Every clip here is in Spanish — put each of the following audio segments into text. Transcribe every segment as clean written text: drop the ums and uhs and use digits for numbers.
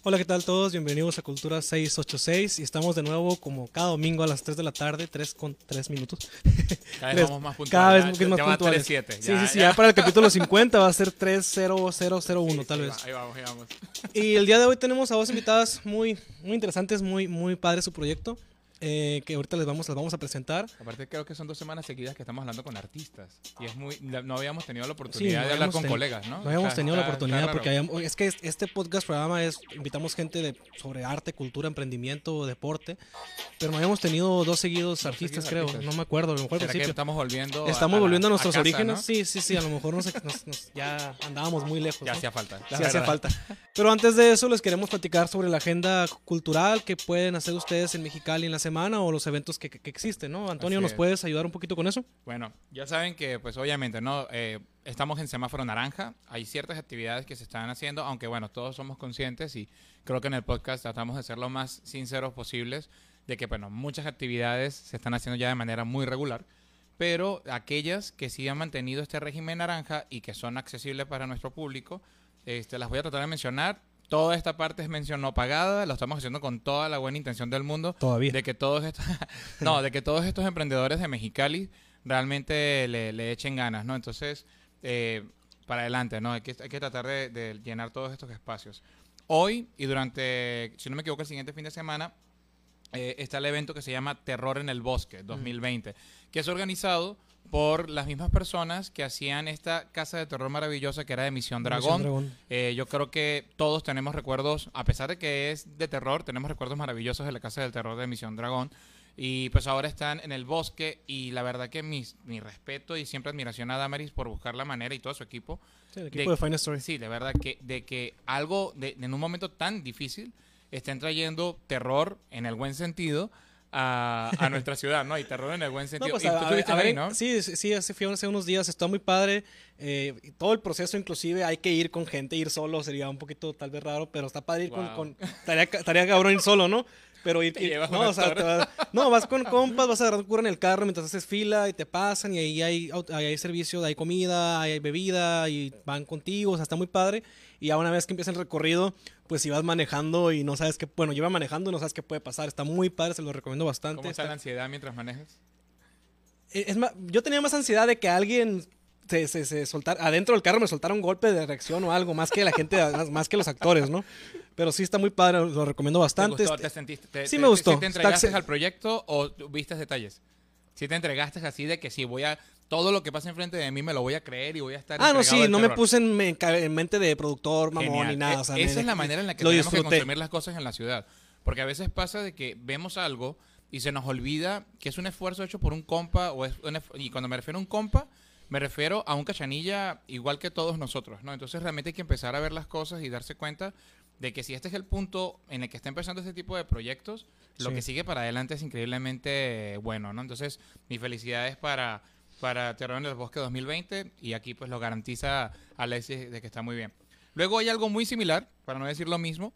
Hola, ¿qué tal todos? Bienvenidos a Cultura 686 y estamos de nuevo como cada domingo a las 3 de la tarde, 3 con 3 minutos. Cada vez vamos más puntuales. Cada vez más ya va puntuales. 3-7. Sí, ya para el capítulo 50 va a ser 30001 tal vez. Ahí vamos. Y el día de hoy tenemos a dos invitadas muy interesantes, muy padre su proyecto. Que ahorita las vamos a presentar. Aparte creo que son 2 semanas seguidas que estamos hablando con artistas y no habíamos tenido la oportunidad de hablar con colegas, ¿no? No habíamos tenido la oportunidad porque porque es que este programa invitamos gente sobre arte, cultura, emprendimiento, deporte, pero no habíamos tenido dos seguidos artistas, creo, no me acuerdo, a lo mejor al ¿será que principio. estamos volviendo a nuestros casa, orígenes, ¿no? sí, a lo mejor ya andábamos muy lejos. Ya ¿no? hacía falta. Sí, hacía falta. Pero antes de eso les queremos platicar sobre la agenda cultural que pueden hacer ustedes en Mexicali en la semana o los eventos que existen, ¿no? Antonio, Así ¿nos es. puedes ayudar un poquito con eso? Bueno, ya saben que, pues obviamente, ¿no? Estamos en semáforo naranja. Hay ciertas actividades que se están haciendo, aunque bueno, todos somos conscientes y creo que en el podcast tratamos de ser lo más sinceros posibles de que, bueno, muchas actividades se están haciendo ya de manera muy regular, pero aquellas que sí han mantenido este régimen naranja y que son accesibles para nuestro público, las voy a tratar de mencionar. Toda esta parte es mención no pagada, lo estamos haciendo con toda la buena intención del mundo. Todavía. De que todos estos emprendedores de Mexicali realmente le echen ganas, ¿no? Entonces, para adelante, ¿no? Hay que tratar de llenar todos estos espacios. Hoy y durante, si no me equivoco, el siguiente fin de semana, está el evento que se llama Terror en el Bosque 2020, que es organizado por las mismas personas que hacían esta casa de terror maravillosa que era de Misión Dragón. Yo creo que todos tenemos recuerdos, a pesar de que es de terror, tenemos recuerdos maravillosos de la casa del terror de Misión Dragón. Y pues ahora están en el bosque y la verdad que mi respeto y siempre admiración a Damaris por buscar la manera y todo su equipo. Sí, el equipo de Fine Story. Sí, de verdad que algo en un momento tan difícil estén trayendo terror en el buen sentido a nuestra ciudad, ¿no? Y terror en el buen sentido. No, pues, y tú estuviste ahí, ¿no? Sí, hace unos días, está muy padre. Todo el proceso, inclusive, hay que ir con gente, ir solo sería un poquito tal vez raro, pero está padre ir estaría cabrón ir solo, ¿no? Pero vas con compas, vas agarrando cura en el carro mientras haces fila y te pasan y ahí hay servicio, hay comida, hay bebida y van contigo, o sea, está muy padre. Y ya una vez que empieza el recorrido, pues si vas manejando y no sabes qué, bueno, yo iba manejando y no sabes qué puede pasar, está muy padre, se lo recomiendo bastante. ¿Cómo está la ansiedad mientras manejas? Yo tenía más ansiedad de que alguien se soltara, adentro del carro me soltara un golpe de reacción o algo, más que la gente, más que los actores, ¿no? Pero sí está muy padre, lo recomiendo bastante. ¿Te gustó? ¿Te sentiste? Sí me gustó. ¿Sí te entregaste al proyecto o viste detalles? ¿Sí te entregaste así de que sí todo lo que pasa enfrente de mí me lo voy a creer y voy a estar no, sí, no me terror? puse en mente de productor, mamón, Genial. ni nada. O sea, esa es la manera en la que tenemos que consumir las cosas en la ciudad. Porque a veces pasa de que vemos algo y se nos olvida que es un esfuerzo hecho por un compa, y cuando me refiero a un compa, me refiero a un cachanilla igual que todos nosotros, ¿no? Entonces realmente hay que empezar a ver las cosas y darse cuenta de que si este es el punto en el que está empezando este tipo de proyectos, lo que sigue para adelante es increíblemente bueno, ¿no? Entonces, mis felicidades para Terror en el Bosque 2020 y aquí pues lo garantiza Alexis de que está muy bien. Luego hay algo muy similar, para no decir lo mismo,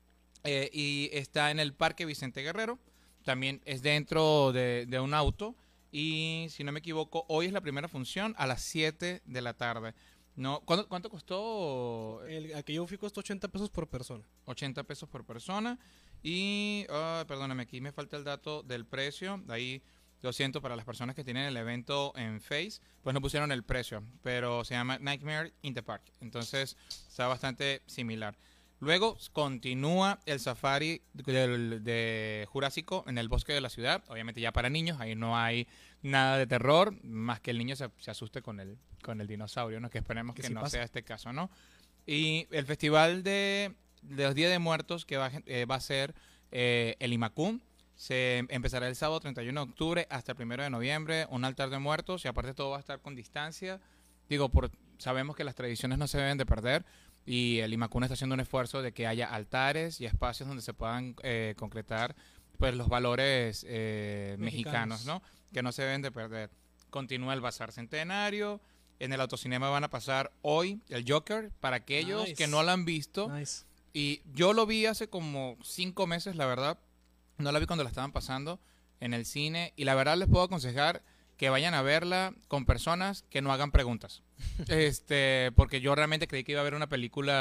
y está en el Parque Vicente Guerrero, también es dentro de un auto y si no me equivoco, hoy es la primera función a las 7 de la tarde. No, ¿cuánto costó? Al que yo fui costó 80 pesos por persona. 80 pesos por persona. Y, perdóname, aquí me falta el dato del precio. Ahí, lo siento, para las personas que tienen el evento en Face, pues no pusieron el precio. Pero se llama Nightmare in the Park. Entonces, está bastante similar. Luego continúa el safari de Jurásico en el bosque de la ciudad. Obviamente ya para niños, ahí no hay nada de terror, más que el niño se asuste con el dinosaurio, ¿no? Que esperemos que no sea este caso, ¿no? Y el festival de los Días de Muertos que va a ser el Imacún. Se empezará el sábado 31 de octubre hasta el 1 de noviembre, un altar de muertos y aparte todo va a estar con distancia. Sabemos que las tradiciones no se deben de perder. Y el Imacún está haciendo un esfuerzo de que haya altares y espacios donde se puedan concretar pues los valores mexicanos, ¿no? Que no se deben de perder. Continúa el Bazar Centenario. En el autocinema van a pasar hoy el Joker para aquellos que no lo han visto. Nice. Y yo lo vi hace como 5 meses, la verdad. No la vi cuando la estaban pasando en el cine. Y la verdad les puedo aconsejar que vayan a verla con personas que no hagan preguntas. Porque yo realmente creí que iba a haber una película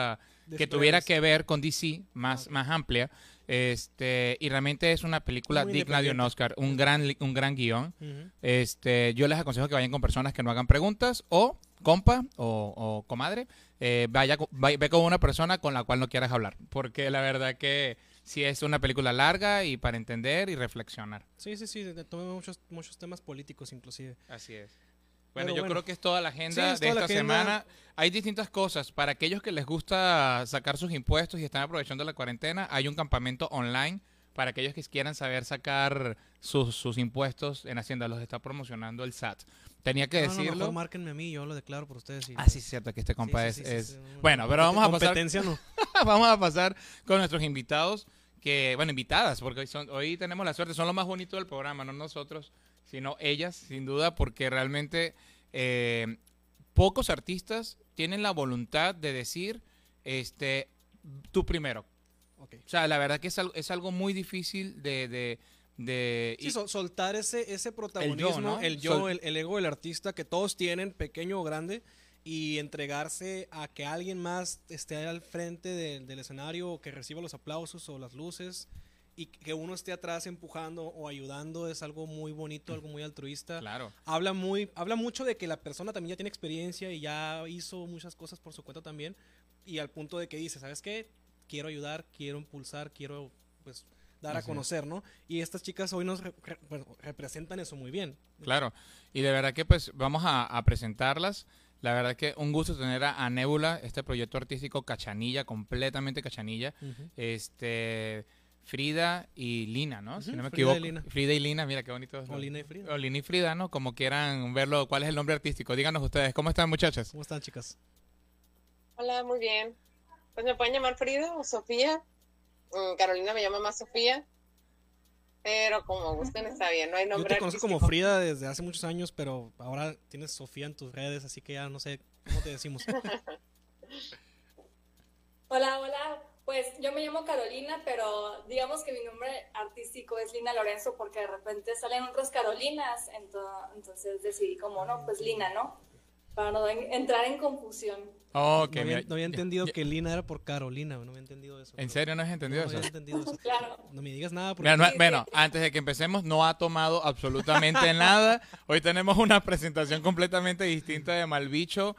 que tuviera que ver con DC, más amplia. Y realmente es una película digna de un Oscar, un gran guión. Yo les aconsejo que vayan con personas que no hagan preguntas, o compa o comadre, ve con una persona con la cual no quieras hablar, porque la verdad que sí es una película larga y para entender y reflexionar. Sí, toma muchos temas políticos inclusive. Así es. Bueno, yo creo que es toda la agenda de esta semana. Hay distintas cosas. Para aquellos que les gusta sacar sus impuestos y están aprovechando la cuarentena, hay un campamento online para aquellos que quieran saber sacar sus impuestos en Hacienda. Los está promocionando el SAT. Tenía que decirlo. Mejor márquenme a mí, yo lo declaro por ustedes. Sí, es cierto que este compa es... Bueno, pero vamos a pasar... No. Vamos a pasar con nuestros invitados, invitadas, porque hoy tenemos la suerte, son lo más bonito del programa, no nosotros, sino ellas, sin duda, porque realmente pocos artistas tienen la voluntad de decir, tú primero. Okay. O sea, la verdad que es algo muy difícil de soltar ese protagonismo, el ego del artista que todos tienen, pequeño o grande, y entregarse a que alguien más esté al frente del escenario, o que reciba los aplausos o las luces, y que uno esté atrás empujando o ayudando. Es algo muy bonito, algo muy altruista. Claro. Habla mucho de que la persona también ya tiene experiencia y ya hizo muchas cosas por su cuenta también, y al punto de que dice, ¿sabes qué? Quiero ayudar, quiero impulsar, quiero pues dar a conocer, ¿no? Y estas chicas hoy nos representan eso muy bien. Claro, y de verdad que pues vamos a presentarlas. La verdad que un gusto tener a Nebula, este proyecto artístico Cachanilla, completamente Cachanilla. Frida y Lina, ¿no? Si no me equivoco. Frida y Lina, mira qué bonito. O Lina y Frida. O Lina y Frida, ¿no? Como quieran verlo, ¿cuál es el nombre artístico? Díganos ustedes, ¿cómo están, muchachas? ¿Cómo están, chicas? Hola, muy bien. Pues me pueden llamar Frida o Sofía. Carolina me llama más Sofía. Pero como gusten está bien, no hay nombre. Yo te conozco como Frida desde hace muchos años, pero ahora tienes Sofía en tus redes, así que ya no sé cómo te decimos. Hola. Pues yo me llamo Carolina, pero digamos que mi nombre artístico es Lina Lorenzo, porque de repente salen otras Carolinas, entonces decidí como, no, pues Lina, ¿no? Para no entrar en confusión. Oh, okay, no había entendido que Lina era por Carolina, no había entendido eso. ¿En serio no has entendido eso? No había entendido eso. Claro. No me digas nada. Porque... Bueno, antes de que empecemos, no ha tomado absolutamente nada. Hoy tenemos una presentación completamente distinta de Malbicho.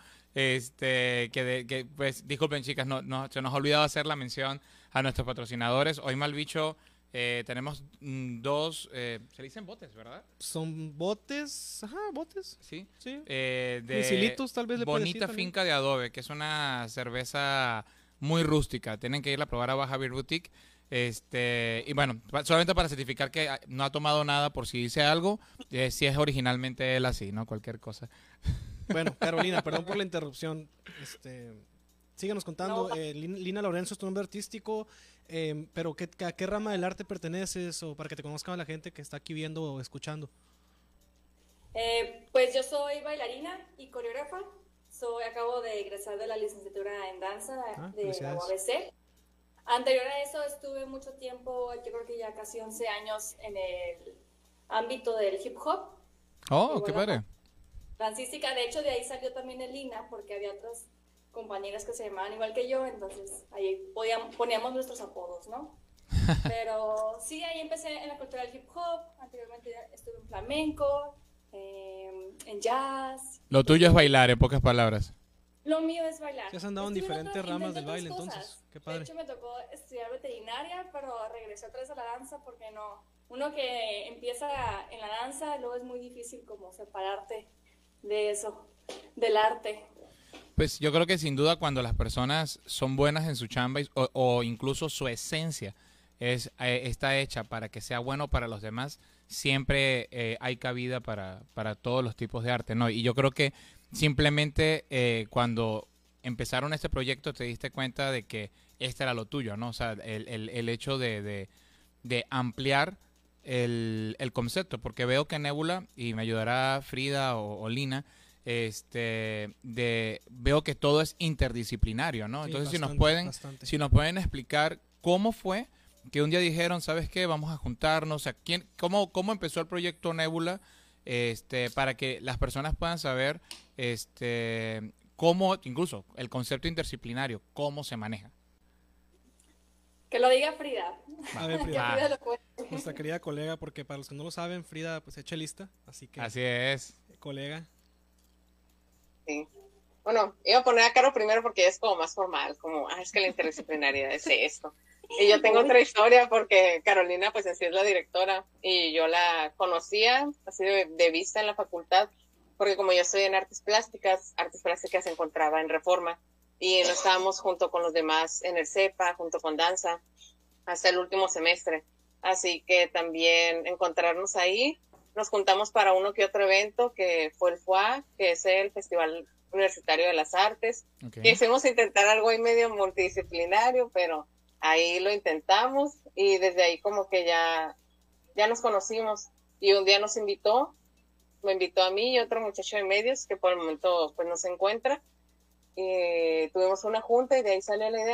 Pues, disculpen, chicas, se nos ha olvidado hacer la mención a nuestros patrocinadores. Hoy Malbicho tenemos dos, se le dicen botes, ¿verdad? Son botes, botes. Sí. De misilitos, tal vez le Bonita Finca de Adobe, que es una cerveza muy rústica. Tienen que ir a probar a Baja Beer Boutique. Y bueno, solamente para certificar que no ha tomado nada por si dice algo, si es originalmente él así, ¿no? Cualquier cosa. Bueno, Carolina, perdón por la interrupción. Síganos contando. No. Lina Lorenzo es tu nombre artístico, pero ¿a qué rama del arte perteneces? O para que te conozcan la gente que está aquí viendo o escuchando. Pues yo soy bailarina y coreógrafa. Acabo de egresar de la licenciatura en danza de la UABC. Anterior a eso estuve mucho tiempo, yo creo que ya casi 11 años en el ámbito del hip hop. Oh, qué padre. Dancística, de hecho de ahí salió también el Lina, porque había otras compañeras que se llamaban igual que yo, entonces ahí poníamos nuestros apodos, ¿no? Pero sí, ahí empecé en la cultura del hip hop. Anteriormente estuve en flamenco, en jazz. Lo tuyo es bailar, en pocas palabras. Lo mío es bailar. Ya has andado en diferentes ramas del baile, entonces. Qué padre. De hecho, me tocó estudiar veterinaria, pero regresé otra vez a la danza porque no. Uno que empieza en la danza, luego es muy difícil como separarte de eso, del arte. Pues yo creo que sin duda cuando las personas son buenas en su chamba o incluso su esencia está hecha para que sea bueno para los demás, siempre hay cabida para todos los tipos de arte, ¿no? Y yo creo que simplemente cuando empezaron este proyecto te diste cuenta de que este era lo tuyo, ¿no? O sea, el hecho de ampliar el concepto, porque veo que Nebula, y me ayudará Frida o Lina, veo que todo es interdisciplinario, ¿no? Sí, entonces bastante. si nos pueden explicar cómo fue que un día dijeron, ¿sabes qué? Vamos a juntarnos. O sea, cómo empezó el proyecto Nebula, para que las personas puedan saber cómo, incluso el concepto interdisciplinario, cómo se maneja. Que lo diga Frida. A ver, Que Frida. Frida lo cuente. Nuestra querida colega, porque para los que no lo saben, Frida pues echa lista, así que Así es. colega. Sí. Bueno, iba a poner a Caro primero porque es como más formal, como, es que la interdisciplinariedad es esto. Y yo tengo otra historia porque Carolina pues así es la directora y yo la conocía así de vista en la facultad porque como yo estoy en artes plásticas se encontraba en Reforma y no estábamos junto con los demás en el CEPA, junto con danza, hasta el último semestre. Así que también encontrarnos ahí, nos juntamos para uno que otro evento que fue el FUA, que es el Festival Universitario de las Artes. Okay. Quisimos intentar algo ahí medio multidisciplinario, pero ahí lo intentamos y desde ahí como que ya nos conocimos y un día me invitó a mí y otro muchacho de medios que por el momento pues no se encuentra y tuvimos una junta y de ahí salió la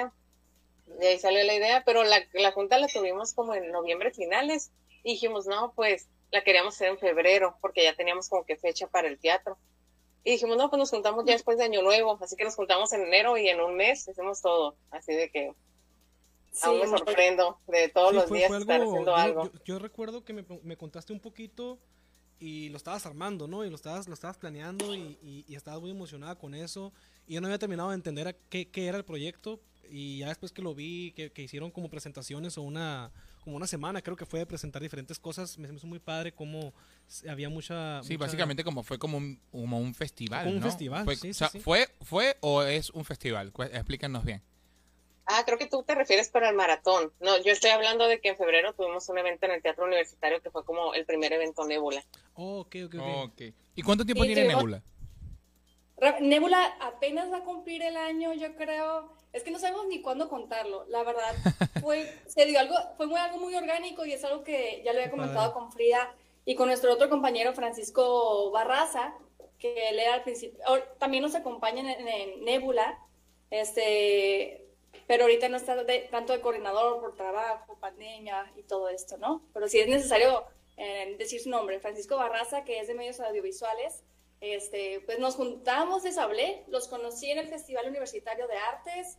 idea. Pero la junta la tuvimos como en noviembre finales y dijimos no, pues la queríamos hacer en febrero porque ya teníamos como que fecha para el teatro. Y dijimos, no, pues nos juntamos ya después de Año Nuevo, así que nos juntamos en enero y en un mes hacemos todo. Así de que aún me sorprendo de todos los días estar haciendo algo. Yo recuerdo que me contaste un poquito y lo estabas armando, ¿no? Y lo estabas planeando y estabas muy emocionada con eso. Y yo no había terminado de entender qué era el proyecto. Y ya después que lo vi, que hicieron como presentaciones o como una semana, creo que fue de presentar diferentes cosas, me hizo muy padre cómo había mucha... Básicamente fue como un festival, como un ¿no? festival, sí. ¿Fue o es un festival? Explícanos bien. Creo que tú te refieres para el maratón. No, yo estoy hablando de que en febrero tuvimos un evento en el Teatro Universitario que fue como el primer evento Nébula. Oh, ok. ¿Y cuánto tiempo tiene Nébula? Nébula apenas va a cumplir el año, yo creo. Es que no sabemos ni cuándo contarlo. La verdad, fue algo muy orgánico y es algo que ya lo había comentado con Frida y con nuestro otro compañero Francisco Barraza, que él era al principio, también nos acompaña en Nébula, pero ahorita no está tanto de coordinador por trabajo, pandemia y todo esto, ¿no? Pero sí es necesario decir su nombre, Francisco Barraza, que es de medios audiovisuales. Pues nos juntamos, les hablé, los conocí en el Festival Universitario de Artes,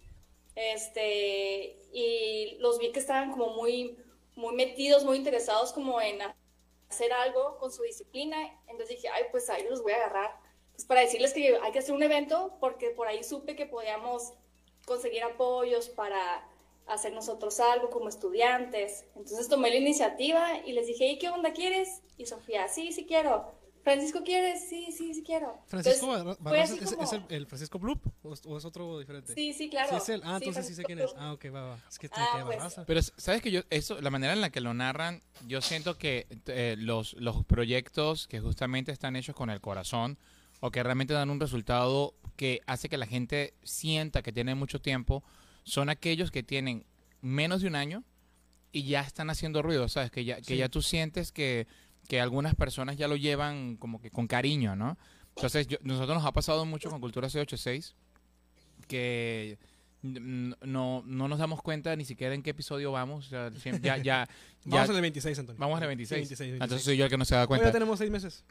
y los vi que estaban como muy, muy metidos, muy interesados como en hacer algo con su disciplina. Entonces dije, pues ahí los voy a agarrar, pues para decirles que hay que hacer un evento, porque por ahí supe que podíamos conseguir apoyos para hacer nosotros algo como estudiantes. Entonces tomé la iniciativa y les dije, ¿qué onda quieres? Y Sofía, sí quiero. Francisco, ¿quieres? Sí quiero. ¿Francisco Barraza es el Francisco Bloop o es otro diferente? Sí, claro. ¿Sí es él? Entonces sí sé quién es. Ok, va. Es que te queda Barraza. Pero sabes que la manera en la que lo narran, yo siento que los proyectos que justamente están hechos con el corazón o que realmente dan un resultado que hace que la gente sienta que tiene mucho tiempo, son aquellos que tienen menos de un año y ya están haciendo ruido, ¿sabes? Que ya tú sientes que algunas personas ya lo llevan como que con cariño, ¿no? Entonces, nosotros nos ha pasado mucho con Cultura C86 que no nos damos cuenta ni siquiera en qué episodio vamos. O sea, ya vamos al 26, Antonio. Vamos al 26. 26. Entonces soy yo el que no se da cuenta. Ya tenemos 6 meses.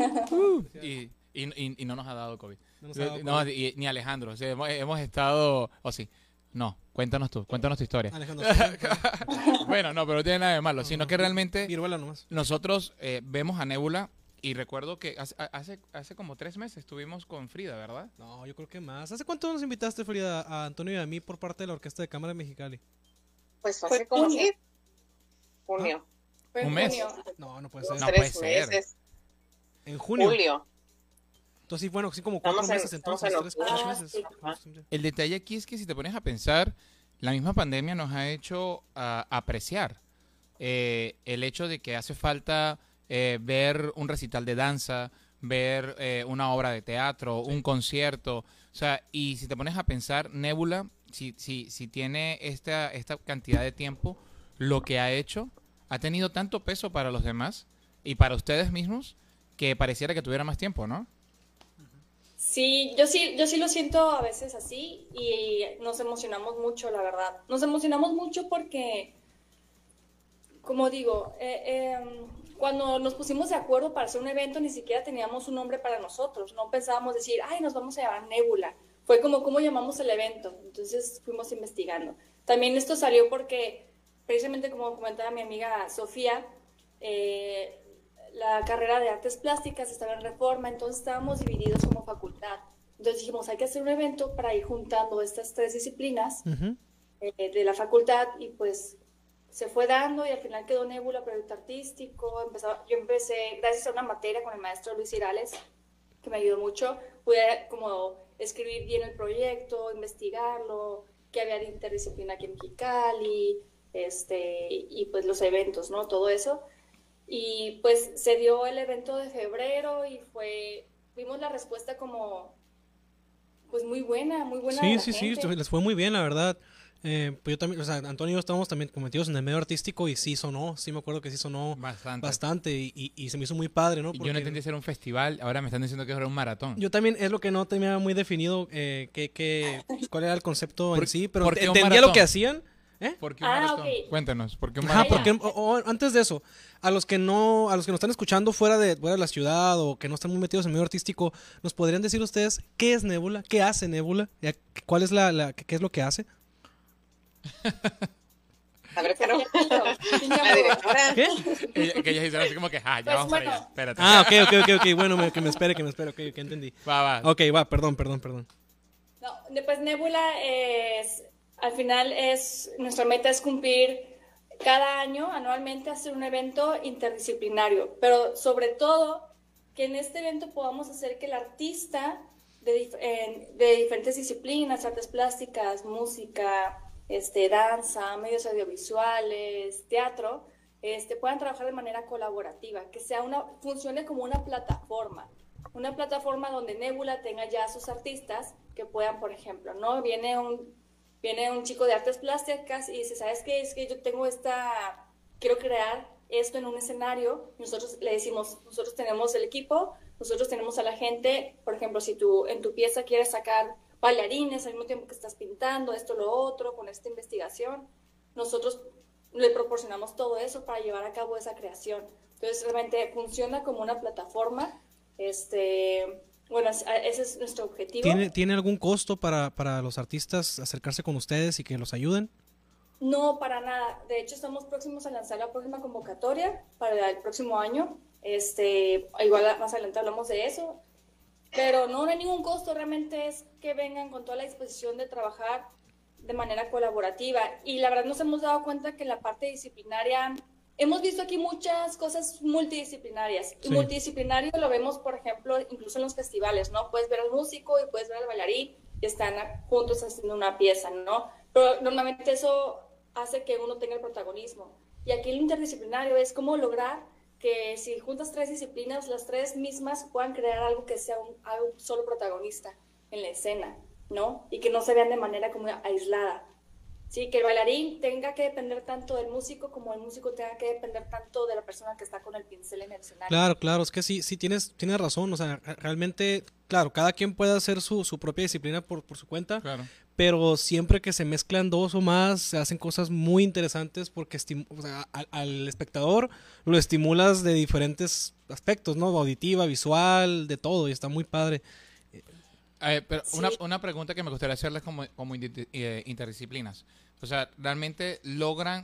Y no nos ha dado COVID. No, ni Alejandro. O sea, hemos estado... sí. No, cuéntanos tu historia. Alejandro. Bueno, no, pero no tiene nada de malo, sino que realmente nosotros vemos a Nébula y recuerdo que hace como 3 meses estuvimos con Frida, ¿verdad? No, yo creo que más. ¿Hace cuánto nos invitaste, Frida, a Antonio y a mí por parte de la Orquesta de Cámara de Mexicali? Pues fue hace como junio. ¿Un mes? No puede ser. No puede ser. Meses. En junio. Julio. Entonces, bueno, sí, como 4 meses entonces, 3 meses. El detalle aquí es que si te pones a pensar, la misma pandemia nos ha hecho apreciar el hecho de que hace falta ver un recital de danza, ver una obra de teatro, un concierto. O sea, y si te pones a pensar, Nébula, si tiene esta cantidad de tiempo, lo que ha hecho ha tenido tanto peso para los demás y para ustedes mismos que pareciera que tuviera más tiempo, ¿no? Sí, yo sí lo siento a veces así y nos emocionamos mucho, la verdad. Nos emocionamos mucho porque, como digo, cuando nos pusimos de acuerdo para hacer un evento ni siquiera teníamos un nombre para nosotros. No pensábamos decir, nos vamos a llamar Nébula, fue como, ¿cómo llamamos el evento? Entonces fuimos investigando. También esto salió porque, precisamente como comentaba mi amiga Sofía, la carrera de artes plásticas estaba en Reforma, entonces estábamos divididos como facultad. Entonces dijimos, hay que hacer un evento para ir juntando estas 3 disciplinas de la facultad, y pues se fue dando, y al final quedó Nébula, proyecto artístico. Yo empecé, gracias a una materia con el maestro Luis Irales, que me ayudó mucho, pude como escribir bien el proyecto, investigarlo, qué había de interdisciplina aquí en Mexicali, y pues los eventos, ¿no? Todo eso. Y pues se dio el evento de febrero y vimos la respuesta como, pues muy buena Sí, de la sí, gente. sí, les fue muy bien, la verdad. Pues yo también, o sea, Antonio y yo estábamos también cometidos en el medio artístico y sí sonó, sí me acuerdo que sí sonó bastante y se me hizo muy padre, ¿no? Porque yo no entendí si era un festival, ahora me están diciendo que era un maratón. Yo también es lo que no tenía muy definido cuál era el concepto en sí, pero ¿por qué un entendía lo maratón? que hacían. ¿Por qué un maratón? Ok. Cuéntanos, ¿por qué un Ajá, maratón? porque antes de eso, a los que nos están escuchando fuera de la ciudad o que no están muy metidos en el medio artístico, ¿nos podrían decir ustedes qué es Nébula? ¿Qué hace Nébula? ¿Cuál es qué es lo que hace? A ver, pero la La directora. ¿Qué? Que ellas hicieron así como que, ya Pues vamos para bueno. allá, espérate. Ah, ok, bueno, que me espere, ok, entendí. Va. Ok, va, perdón. No, pues Nébula al final nuestra meta es cumplir cada año, anualmente, hacer un evento interdisciplinario, pero sobre todo que en este evento podamos hacer que el artista de diferentes disciplinas, artes plásticas, música, danza, medios audiovisuales, teatro, puedan trabajar de manera colaborativa, que funcione como una plataforma donde Nébula tenga ya sus artistas que puedan, por ejemplo, ¿no? Viene un chico de artes plásticas y dice, ¿sabes qué? Es que yo quiero crear esto en un escenario. Nosotros le decimos, nosotros tenemos el equipo, nosotros tenemos a la gente. Por ejemplo, si tú en tu pieza quieres sacar bailarines al mismo tiempo que estás pintando esto, lo otro, con esta investigación, nosotros le proporcionamos todo eso para llevar a cabo esa creación. Entonces, realmente funciona como una plataforma. Bueno, ese es nuestro objetivo. ¿Tiene algún costo para los artistas acercarse con ustedes y que los ayuden? No, para nada. De hecho, estamos próximos a lanzar la próxima convocatoria para el próximo año. Igual más adelante hablamos de eso. Pero no hay ningún costo, realmente es que vengan con toda la disposición de trabajar de manera colaborativa. Y la verdad nos hemos dado cuenta que en la parte disciplinaria hemos visto aquí muchas cosas multidisciplinarias. Y multidisciplinario lo vemos, por ejemplo, incluso en los festivales, ¿no? Puedes ver al músico y puedes ver al bailarín y están juntos haciendo una pieza, ¿no? Pero normalmente eso hace que uno tenga el protagonismo. Y aquí el interdisciplinario es cómo lograr que si juntas 3 disciplinas, las 3 mismas puedan crear algo que sea un solo protagonista en la escena, ¿no? Y que no se vean de manera como aislada. Sí, que el bailarín tenga que depender tanto del músico como el músico tenga que depender tanto de la persona que está con el pincel en el escenario. Claro, es que sí tienes razón, o sea, realmente, claro, cada quien puede hacer su propia disciplina por su cuenta, Claro. pero siempre que se mezclan 2 o más, se hacen cosas muy interesantes porque o sea, al espectador lo estimulas de diferentes aspectos, ¿no? Auditiva, visual, de todo, y está muy padre. Pero Sí. una pregunta que me gustaría hacerles como interdisciplinas. O sea, ¿realmente logran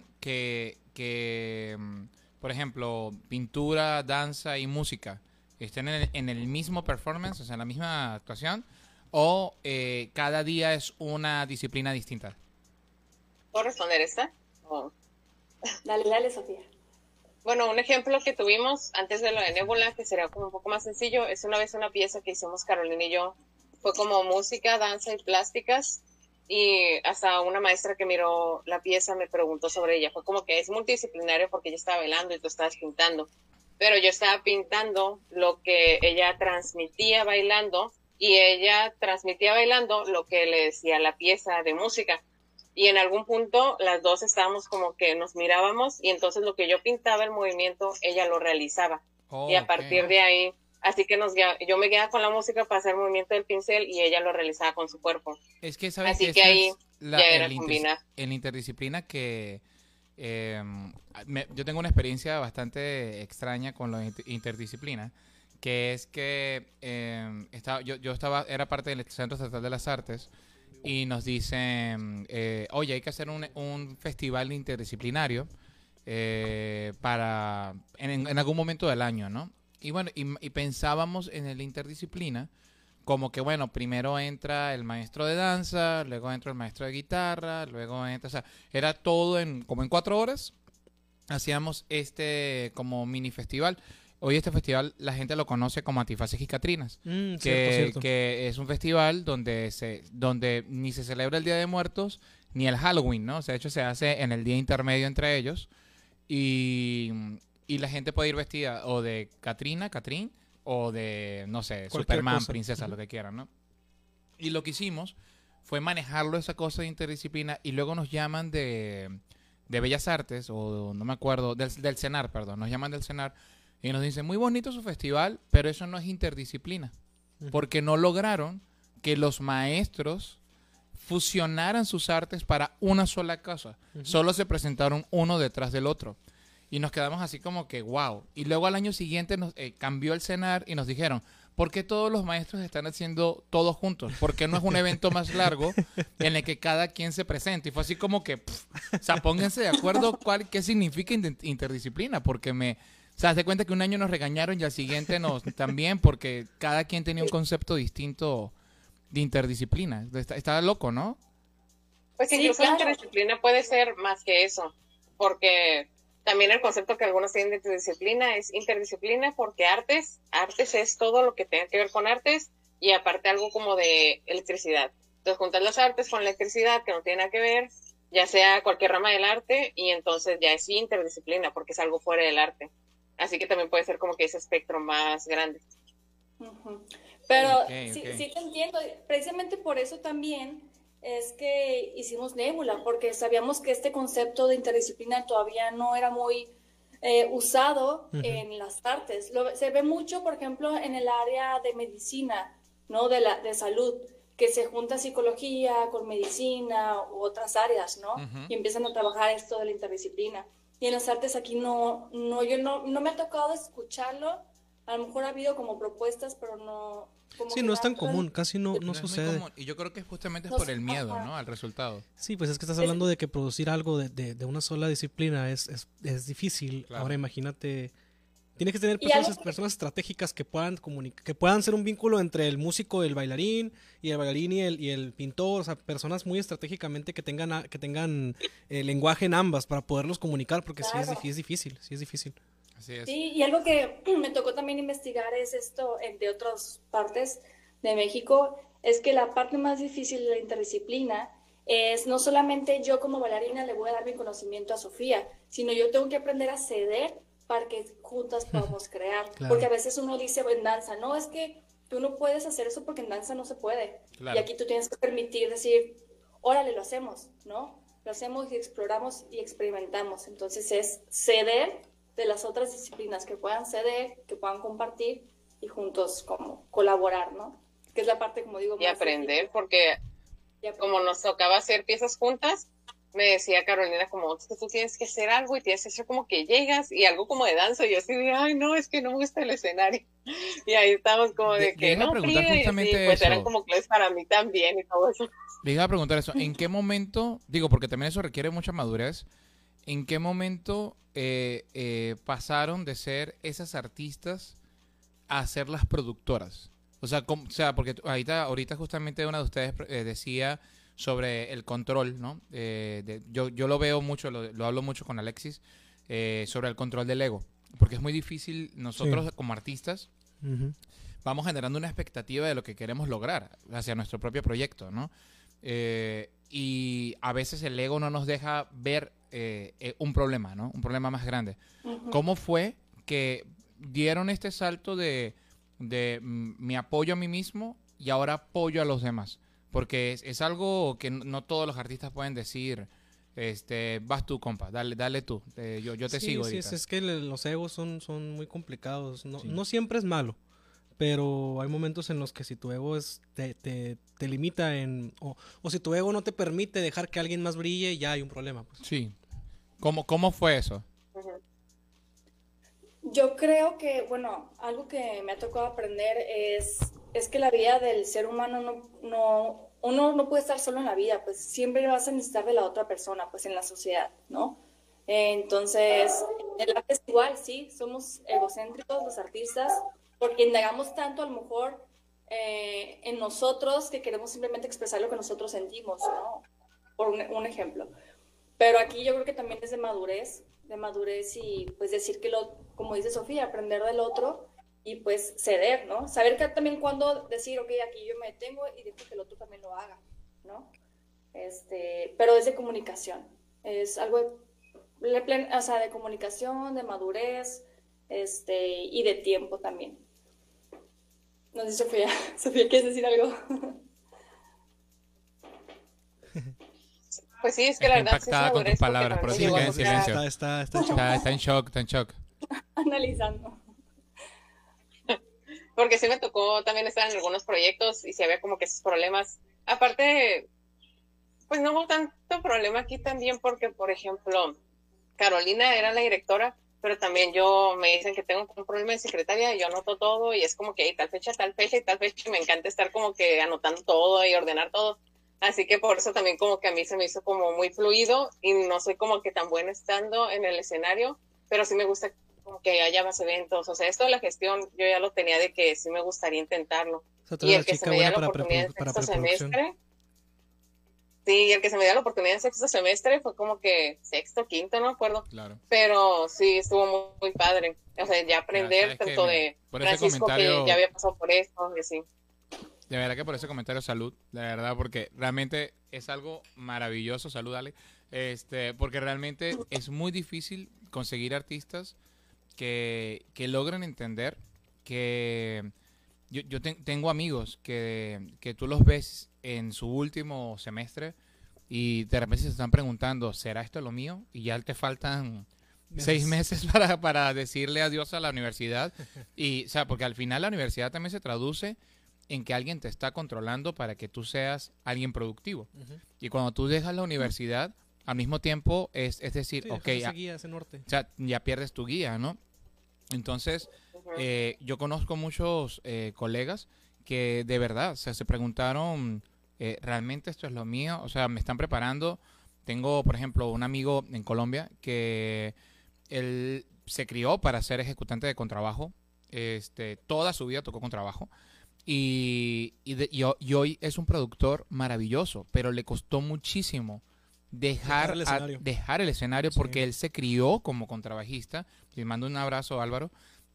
que, por ejemplo, pintura, danza y música estén en el mismo performance, o sea, en la misma actuación? ¿O cada día es una disciplina distinta? ¿Puedo responder esta? Oh. Dale, Sofía. Bueno, un ejemplo que tuvimos antes de lo de Nébula, que sería como un poco más sencillo, es una vez una pieza que hicimos Carolina y yo. Fue como música, danza y plásticas, y hasta una maestra que miró la pieza me preguntó sobre ella. Fue como que es multidisciplinario porque ella estaba bailando y tú estabas pintando, pero yo estaba pintando lo que ella transmitía bailando y ella transmitía bailando lo que le decía la pieza de música. Y en algún punto las dos estábamos como que nos mirábamos y entonces lo que yo pintaba el movimiento, ella lo realizaba. Y a partir de ahí, así que yo me quedaba con la música para hacer el movimiento del pincel y ella lo realizaba con su cuerpo. Es que, ¿sabes? Así que que ahí ya era combinar. En interdisciplina que yo tengo una experiencia bastante extraña con la interdisciplina, que es que yo estaba, era parte del Centro Estatal de las Artes y nos dicen, oye, hay que hacer un festival interdisciplinario para en algún momento del año, ¿no? Y bueno, y pensábamos en el interdisciplina como que, bueno, primero entra el maestro de danza, luego entra el maestro de guitarra, luego entra, o sea, era todo como en 4 horas, hacíamos como mini festival. Hoy este festival la gente lo conoce como Antifaces y Catrinas, Cierto. que es un festival donde ni se celebra el Día de Muertos ni el Halloween, ¿no? O sea, de hecho se hace en el día intermedio entre ellos y la gente puede ir vestida o de Catrín, o de, no sé, Cualquier Superman, cosa. princesa, lo que quieran, ¿no? Y lo que hicimos fue manejarlo, esa cosa de interdisciplina, y luego nos llaman de Bellas Artes, o no me acuerdo, del CENAR, perdón, nos llaman del CENAR, y nos dicen, muy bonito su festival, pero eso no es interdisciplina, porque no lograron que los maestros fusionaran sus artes para una sola cosa. Solo se presentaron uno detrás del otro. Y nos quedamos así como que, wow. Y luego al año siguiente nos cambió el CENAR y nos dijeron, ¿por qué todos los maestros están haciendo todos juntos? ¿Por qué no es un evento más largo en el que cada quien se presente? Y fue así como que, o sea, pónganse de acuerdo qué significa interdisciplina, porque o sea, haz de cuenta que un año nos regañaron y al siguiente también, porque cada quien tenía un concepto distinto de interdisciplina. Está loco, ¿no? Pues incluso la interdisciplina puede ser más que eso, porque también el concepto que algunos tienen de interdisciplina es interdisciplina porque artes es todo lo que tenga que ver con artes y aparte algo como de electricidad. Entonces juntas las artes con electricidad que no tiene nada que ver, ya sea cualquier rama del arte, y entonces ya es interdisciplina porque es algo fuera del arte. Así que también puede ser como que ese espectro más grande. Pero sí te entiendo. Precisamente por eso también es que hicimos Nébula, porque sabíamos que este concepto de interdisciplina todavía no era muy usado en las artes. Se ve mucho, por ejemplo, en el área de medicina, ¿no? De salud, que se junta psicología con medicina u otras áreas, ¿no? Y empiezan a trabajar esto de la interdisciplina. Y en las artes aquí no me ha tocado escucharlo. A lo mejor ha habido como propuestas, pero no... Sí, no es tan común, casi no sucede. Y yo creo que justamente es por el miedo, ¿no? Al resultado. Sí, pues es que estás hablando de que producir algo de una sola disciplina es difícil. Claro. Ahora imagínate, tienes que tener personas estratégicas que puedan comunicar, que puedan ser un vínculo entre el músico y el bailarín y el pintor, o sea, personas muy estratégicamente que tengan lenguaje en ambas para poderlos comunicar, porque claro. sí es difícil. Así es. Sí, y algo que me tocó también investigar es esto de otras partes de México, es que la parte más difícil de la interdisciplina es no solamente yo como bailarina le voy a dar mi conocimiento a Sofía, sino yo tengo que aprender a ceder para que juntas podamos crear. Claro. Porque a veces uno dice en danza, no, es que tú no puedes hacer eso porque en danza no se puede. Claro. Y aquí tú tienes que permitir decir, órale, lo hacemos, ¿no? Lo hacemos y exploramos y experimentamos. Entonces es ceder de las otras disciplinas, que puedan ceder, que puedan compartir y juntos como colaborar, ¿no? Que es la parte, como digo, y aprender, porque como nos tocaba hacer piezas juntas, me decía Carolina como, es que tú tienes que hacer algo y tienes que hacer como que llegas y algo como de danza, y yo así de, ay no, es que no me gusta el escenario, y ahí estamos como de que no, justamente pues eran como clases para mí también y todo eso. Le iba a preguntar eso, ¿en qué momento, digo, porque también eso requiere mucha madurez, ¿en qué momento pasaron de ser esas artistas a ser las productoras? O sea, porque ahorita justamente una de ustedes decía sobre el control, ¿no? Yo lo veo mucho, lo hablo mucho con Alexis, sobre el control del ego. Porque es muy difícil, nosotros como artistas, vamos generando una expectativa de lo que queremos lograr hacia nuestro propio proyecto, ¿no? Y a veces el ego no nos deja ver un problema, ¿no? Un problema más grande. ¿Cómo fue que dieron este salto de mi apoyo a mí mismo y ahora apoyo a los demás? Porque es algo que no todos los artistas pueden decir, vas tú, compa, dale tú, yo te sigo. Sí, es que los egos son muy complicados, no siempre es malo. Pero hay momentos en los que si tu ego te limita o si tu ego no te permite dejar que alguien más brille, ya hay un problema. Pues. Sí. ¿Cómo fue eso? Yo creo que, bueno, algo que me ha tocado aprender es que la vida del ser humano uno no puede estar solo en la vida, pues siempre vas a necesitar de la otra persona, pues en la sociedad, ¿no? Entonces, el arte es igual, sí, somos egocéntricos los artistas, porque indagamos tanto a lo mejor en nosotros que queremos simplemente expresar lo que nosotros sentimos, ¿no? Por un ejemplo. Pero aquí yo creo que también es de madurez y pues decir como dice Sofía, aprender del otro y pues ceder, ¿no? Saber que también cuando decir, ok, aquí yo me detengo y dejo que el otro también lo haga, ¿no? Pero es de comunicación, es algo o sea, de comunicación, de madurez, y de tiempo también. No sé, Sofía, ¿quieres decir algo? Pues sí, es que la verdad impactada con tus palabras, pero sí queda en silencio. Está en shock. Está en shock, está en shock. Analizando. Porque sí me tocó también estar en algunos proyectos y sí había como que esos problemas. Aparte, pues no hubo tanto problema aquí también porque, por ejemplo, Carolina era la directora, pero también me dicen que tengo un problema de secretaria y yo anoto todo y es como que hay tal fecha y tal fecha y me encanta estar como que anotando todo y ordenar todo. Así que por eso también como que a mí se me hizo como muy fluido y no soy como que tan buena estando en el escenario, pero sí me gusta como que haya más eventos. O sea, esto de la gestión yo ya lo tenía de que sí me gustaría intentarlo. Y el que se me diera la oportunidad en sexto semestre, sí, el que se me dio la oportunidad en sexto semestre fue como que sexto, quinto, no me acuerdo. Claro. Pero sí, estuvo muy, muy padre. O sea, ya aprender tanto de Francisco que ya había pasado por esto y así. De verdad que por ese comentario, salud, de verdad, porque realmente es algo maravilloso, salud, Ale, porque realmente es muy difícil conseguir artistas que logren entender que yo tengo amigos que tú los ves en su último semestre y de repente se están preguntando, ¿será esto lo mío? Y ya te faltan 6 meses para decirle adiós a la universidad. Y, o sea, porque al final la universidad también se traduce en que alguien te está controlando para que tú seas alguien productivo. Y cuando tú dejas la universidad, al mismo tiempo es decir, sí, ok, ese guía, ese norte. O sea, ya pierdes tu guía, ¿no? Entonces, yo conozco muchos colegas que de verdad, o sea, se preguntaron, ¿realmente esto es lo mío? O sea, me están preparando. Tengo, por ejemplo, un amigo en Colombia que él se crió para ser ejecutante de contrabajo. Toda su vida tocó contrabajo. Y hoy es un productor maravilloso, pero le costó muchísimo dejar el escenario porque él se crió como contrabajista. Le mando un abrazo, Álvaro.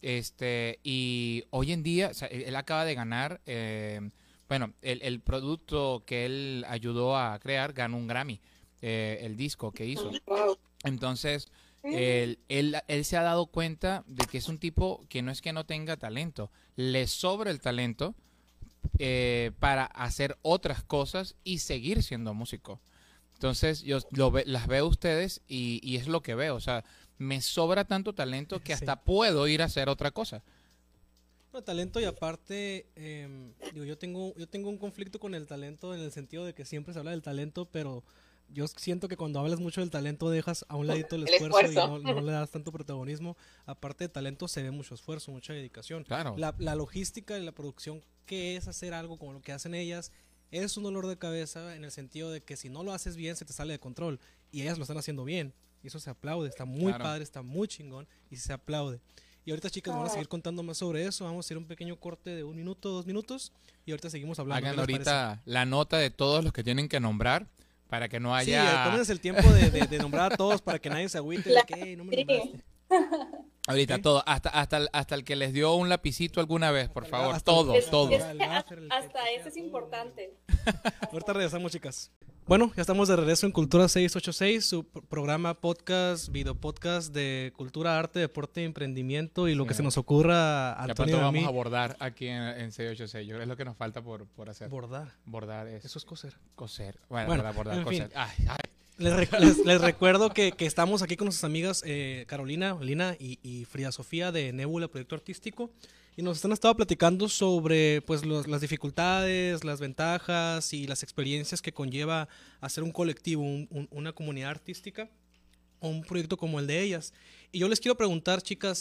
Y hoy en día, o sea, él acaba de ganar, el producto que él ayudó a crear ganó un Grammy, el disco que hizo. Entonces, él se ha dado cuenta de que es un tipo que no es que no tenga talento, le sobra el talento para hacer otras cosas y seguir siendo músico. Entonces yo las veo a ustedes y es lo que veo, o sea, me sobra tanto talento que hasta puedo ir a hacer otra cosa. No, talento y aparte, yo tengo un conflicto con el talento en el sentido de que siempre se habla del talento, pero yo siento que cuando hablas mucho del talento dejas a un ladito el esfuerzo. Y no le das tanto protagonismo. Aparte de talento se ve mucho esfuerzo, mucha dedicación. Claro. La logística y la producción, que es hacer algo como lo que hacen ellas, es un dolor de cabeza en el sentido de que si no lo haces bien se te sale de control. Y ellas lo están haciendo bien. Y eso se aplaude, está muy padre, está muy chingón y se aplaude. Y ahorita, chicas, me van a seguir contando más sobre eso. Vamos a hacer un pequeño corte de 1 minuto, 2 minutos y ahorita seguimos hablando. Hagan ahorita la nota de todos los que tienen que nombrar para que no haya... Sí, tómense el tiempo de nombrar a todos para que nadie se agüite de que no me nombraste. Ahorita todo, hasta el que les dio un lapicito alguna vez, por favor, todos. Hasta eso es importante. Ahorita regresamos, chicas. Bueno, ya estamos de regreso en Cultura 686, su programa podcast, video podcast de cultura, arte, deporte, emprendimiento y lo que se nos ocurra a Antonio y a mí. Vamos a bordar aquí en 686, yo creo que es lo que nos falta por hacer. Bordar es. Eso es coser. Coser. Bueno, bordar, en coser. Fin. Les recuerdo que estamos aquí con nuestras amigas Carolina, Lina y Frida Sofía de Nebula Proyecto Artístico y nos han estado platicando sobre pues las dificultades, las ventajas y las experiencias que conlleva hacer un colectivo, una comunidad artística o un proyecto como el de ellas. Y yo les quiero preguntar, chicas,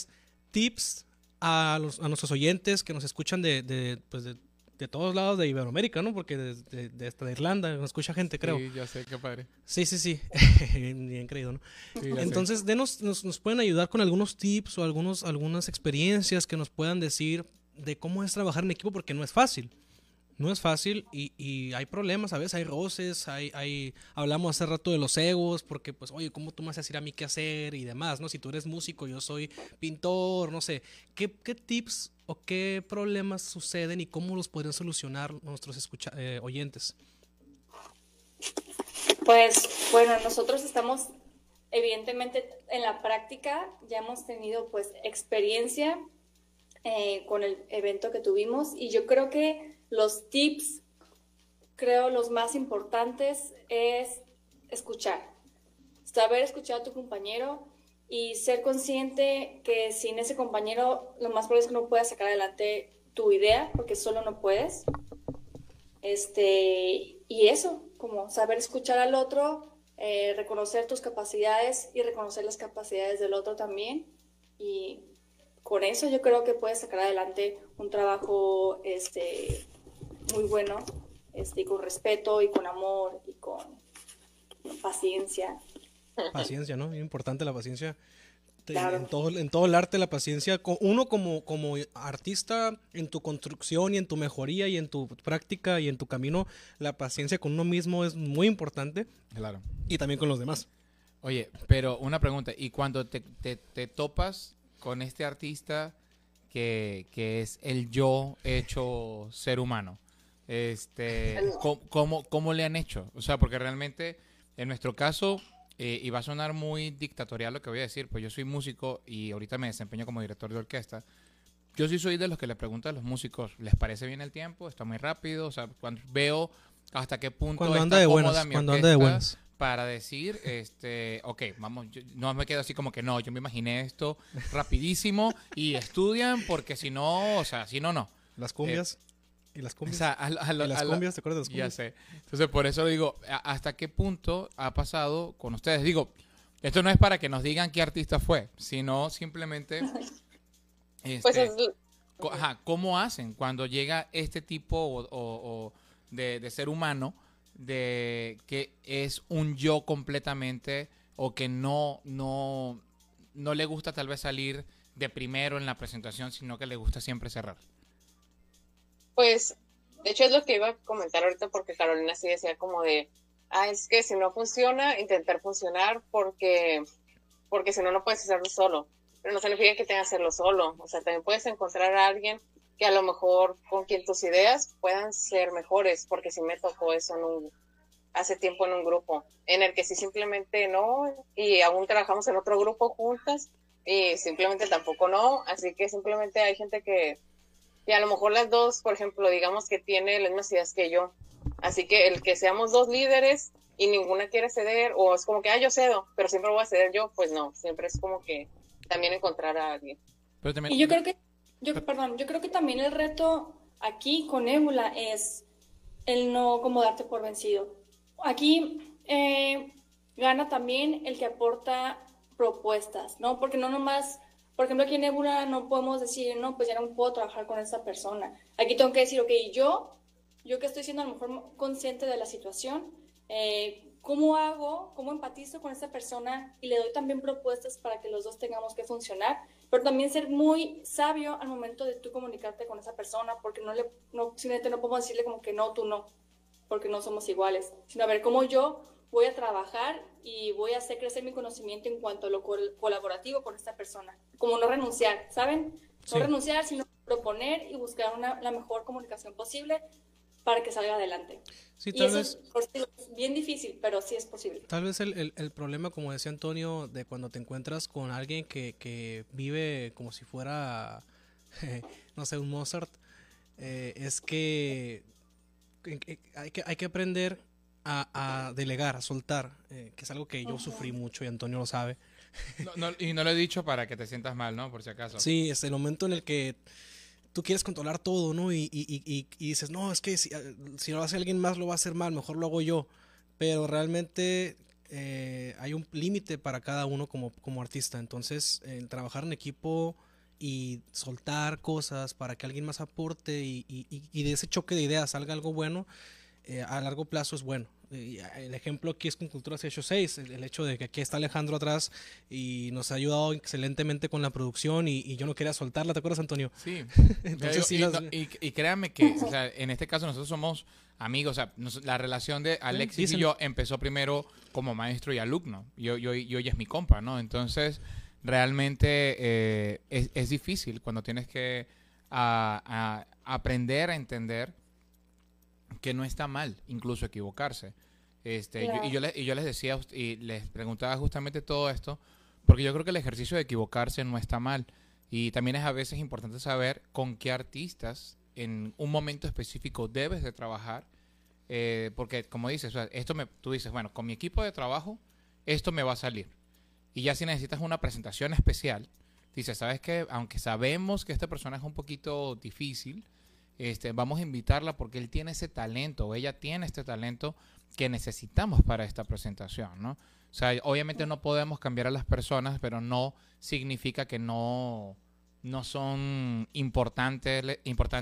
tips a nuestros oyentes que nos escuchan de todos lados de Iberoamérica, ¿no? Porque hasta de Irlanda nos escucha gente, creo. Sí, ya sé, qué padre. Sí. Bien creído, ¿no? Sí, entonces, nos pueden ayudar con algunos tips o algunas experiencias que nos puedan decir de cómo es trabajar en equipo, porque no es fácil. No es fácil y hay problemas, a veces hay roces, hablamos hace rato de los egos, porque pues, oye, ¿cómo tú me vas a decir a mí qué hacer y demás, ¿no? Si tú eres músico, yo soy pintor, no sé. ¿Qué tips o qué problemas suceden y cómo los podrían solucionar nuestros oyentes? Pues, bueno, nosotros estamos, evidentemente, en la práctica, ya hemos tenido, pues, experiencia con el evento que tuvimos y yo creo que los tips, los más importantes es escuchar, saber escuchar a tu compañero y ser consciente que sin ese compañero lo más probable es que no puedas sacar adelante tu idea, porque solo no puedes. Y eso, como saber escuchar al otro, reconocer tus capacidades y reconocer las capacidades del otro también. Y con eso yo creo que puedes sacar adelante un trabajo muy bueno, y con respeto y con amor y con paciencia. Paciencia, ¿no? Es importante la paciencia. Claro. En todo el arte, la paciencia. Uno como artista, en tu construcción y en tu mejoría y en tu práctica y en tu camino, la paciencia con uno mismo es muy importante. Claro. Y también con los demás. Oye, pero una pregunta. ¿Y cuando te topas con este artista que es el yo hecho ser humano? ¿Cómo le han hecho? O sea, porque realmente, en nuestro caso, y va a sonar muy dictatorial lo que voy a decir, pues yo soy músico y ahorita me desempeño como director de orquesta. Yo sí soy de los que le pregunto a los músicos, ¿les parece bien el tiempo? ¿Está muy rápido? O sea, cuando veo hasta qué punto cuando está anda de cómoda buenas, mi cuando orquesta anda de buenas. para decir, ok, vamos, no me quedo así como que no, yo me imaginé esto rapidísimo y estudian porque si no, o sea, si no, no. Las cumbias. ¿Y las cumbias? O sea, las cumbias, ¿te acuerdas de las ya cumbias? sé. Entonces, por eso digo, ¿hasta qué punto ha pasado con ustedes? Digo, esto no es para que nos digan qué artista fue, sino simplemente, Pues ¿cómo hacen cuando llega este tipo de ser humano de que es un yo completamente o que no le gusta tal vez salir de primero en la presentación, sino que le gusta siempre cerrar? Pues, de hecho es lo que iba a comentar ahorita porque Carolina sí decía como de, es que si no funciona, intentar funcionar porque si no, no puedes hacerlo solo. Pero no significa que tengas que hacerlo solo. O sea, también puedes encontrar a alguien que a lo mejor con quien tus ideas puedan ser mejores, porque sí me tocó eso hace tiempo en un grupo, en el que sí simplemente no, y aún trabajamos en otro grupo juntas, y simplemente tampoco no, así que simplemente hay gente que a lo mejor las dos, por ejemplo, digamos que tiene las mismas ideas que yo. Así que el que seamos dos líderes y ninguna quiere ceder, o es como que, yo cedo, pero siempre voy a ceder yo, pues no, siempre es como que también encontrar a alguien. Pero también, Y yo creo que también el reto aquí con Ébula es el no como darte por vencido. Aquí gana también el que aporta propuestas, ¿no? Porque no nomás, por ejemplo, aquí en Ébula no podemos decir, no, pues ya no puedo trabajar con esta persona. Aquí tengo que decir, ok, yo que estoy siendo a lo mejor consciente de la situación, cómo empatizo con esta persona y le doy también propuestas para que los dos tengamos que funcionar, pero también ser muy sabio al momento de tú comunicarte con esa persona, porque simplemente no podemos decirle como que no, tú no, porque no somos iguales, sino a ver cómo yo voy a trabajar y voy a hacer crecer mi conocimiento en cuanto a lo colaborativo con esta persona, como no renunciar, ¿saben? No renunciar, sino proponer y buscar la mejor comunicación posible para que salga adelante. Sí, y eso es bien difícil, pero sí es posible. Tal vez el problema, como decía Antonio, de cuando te encuentras con alguien que vive como si fuera, no sé, un Mozart, es que hay que aprender a delegar, a soltar, que es algo que yo sufrí mucho y Antonio lo sabe. Y no lo he dicho para que te sientas mal, ¿no? Por si acaso. Sí, es el momento en el que tú quieres controlar todo, ¿no? Y dices, no, es que si lo hace alguien más lo va a hacer mal, mejor lo hago yo. Pero realmente hay un límite para cada uno como artista. Entonces, trabajar en equipo y soltar cosas para que alguien más aporte y de ese choque de ideas salga algo bueno, a largo plazo es bueno. El ejemplo aquí es con Cultura 686, el hecho de que aquí está Alejandro atrás y nos ha ayudado excelentemente con la producción y yo no quería soltarla, ¿te acuerdas, Antonio? Sí. Entonces, y créanme que, o sea, en este caso nosotros somos amigos, o sea, la relación de Alexis y yo empezó primero como maestro y alumno, y hoy es mi compa, ¿no? Entonces, realmente es difícil cuando tienes que aprender a entender que no está mal incluso equivocarse. Claro. Yo les decía y les preguntaba justamente todo esto, porque yo creo que el ejercicio de equivocarse no está mal. Y también es a veces importante saber con qué artistas en un momento específico debes de trabajar, porque como dices, o sea, tú dices, bueno, con mi equipo de trabajo esto me va a salir. Y ya si necesitas una presentación especial, dices, ¿sabes qué? Aunque sabemos que esta persona es un poquito difícil, vamos a invitarla porque él tiene ese talento o ella tiene este talento que necesitamos para esta presentación, ¿no? O sea, obviamente no podemos cambiar a las personas, pero no significa que no son importantes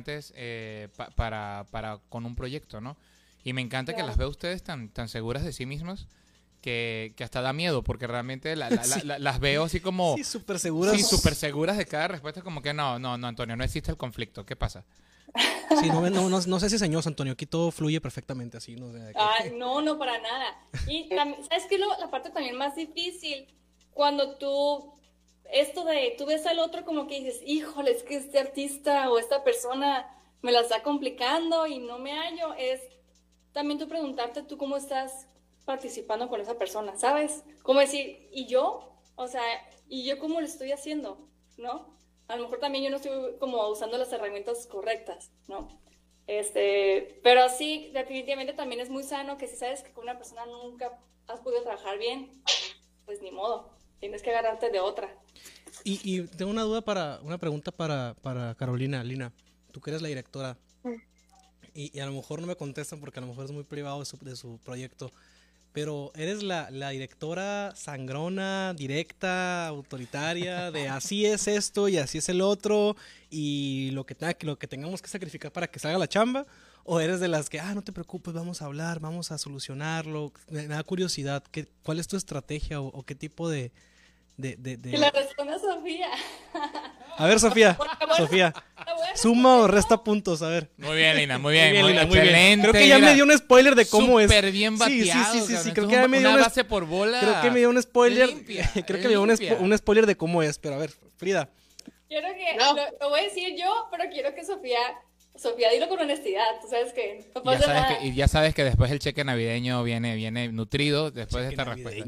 para con un proyecto, ¿no? Y me encanta que las veo ustedes tan seguras de sí mismas que hasta da miedo, porque realmente las veo así como... Sí, súper seguras. Sí, súper seguras de cada respuesta, como que no, Antonio, no existe el conflicto, ¿qué pasa? Sí, no sé si señor Antonio, aquí todo fluye perfectamente así, ¿no? No, para nada. Y también, ¿sabes qué? La parte también más difícil, cuando tú ves al otro como que dices, híjole, es que este artista o esta persona me la está complicando y no me hallo, es también tú preguntarte tú cómo estás participando con esa persona, ¿sabes? Como decir, ¿y yo? O sea, ¿y yo cómo lo estoy haciendo? ¿No? A lo mejor también yo no estoy como usando las herramientas correctas, ¿no? Pero sí, definitivamente también es muy sano que si sabes que con una persona nunca has podido trabajar bien, pues ni modo, tienes que agarrarte de otra. Y tengo una pregunta para Carolina. Lina, tú que eres la directora, y a lo mejor no me contestan porque a lo mejor es muy privado de su proyecto, pero eres la directora sangrona, directa, autoritaria, de así es esto y así es el otro, y lo que tengamos que sacrificar para que salga la chamba, o eres de las que, no te preocupes, vamos a hablar, vamos a solucionarlo. Me da curiosidad, ¿cuál es tu estrategia o qué tipo de... Que la responda Sofía. A ver, Sofía, suma o resta puntos, a ver. Muy bien, Lina, muy bien, Lina, muy bien. Creo que ya me dio un spoiler de cómo es. Súper bien bateado. Sí, creo que ya me dio una base por bola. Creo que me dio un spoiler. Limpia, creo que me dio un spoiler de cómo es, pero a ver, Frida. Quiero que, lo voy a decir yo, pero quiero que Sofía, dilo con honestidad, tú sabes que no pasa nada. Y ya sabes que después el cheque navideño viene nutrido después de esta respuesta.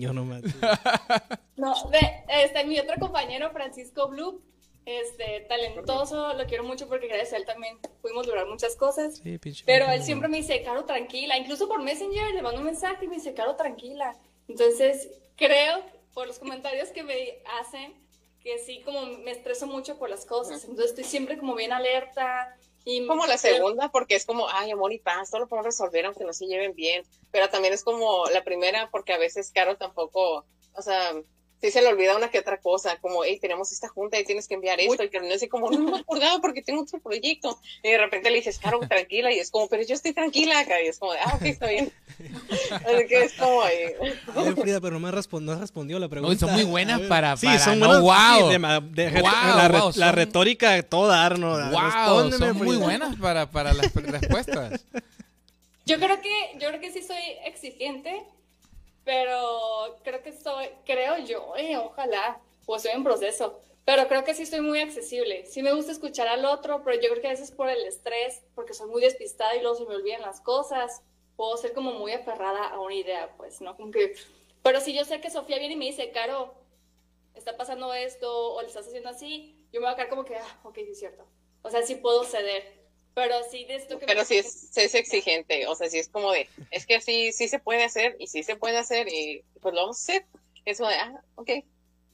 Mi otro compañero, Francisco Blue, talentoso, lo quiero mucho porque gracias a él también pudimos lograr muchas cosas. Sí, pinche. Pero él siempre me dice, Caro, tranquila. Incluso por Messenger le mando un mensaje y me dice, Caro, tranquila. Entonces, creo, por los comentarios que me hacen, que sí, como me estreso mucho por las cosas. Entonces, estoy siempre como bien alerta. Y como la segunda, porque es como, ay, amor y paz, todo lo podemos resolver aunque no se lleven bien. Pero también es como la primera, porque a veces Caro tampoco, o sea, sí se le olvida una que otra cosa, como, hey, tenemos esta junta y tienes que enviar esto, y que no es como, no me acordaba porque tengo otro proyecto. Y de repente le dices, Caro, tranquila, y es como, pero yo estoy tranquila acá, y es como, ok, está bien. Así que es como ahí. Frida, pero no has respondido la pregunta. No, son muy buenas para sí, son buenas. Wow. La retórica de todo dar, ¿no? Wow, son muy buenas para las respuestas. Yo creo que sí soy exigente, pero creo yo, ojalá, pues estoy en proceso, pero creo que sí estoy muy accesible. Sí me gusta escuchar al otro, pero yo creo que a veces por el estrés, porque soy muy despistada y luego se me olvidan las cosas, puedo ser como muy aferrada a una idea, pues, ¿no? Como que, pero si yo sé que Sofía viene y me dice, Caro, está pasando esto, o le estás haciendo así, yo me voy a quedar como que, ok, sí es cierto. O sea, sí puedo ceder. Pero sí de esto que pero sí es exigente, o sea, sí es como de, es que sí se puede hacer, y sí se puede hacer, y pues lo vamos a hacer. Es como de, ok.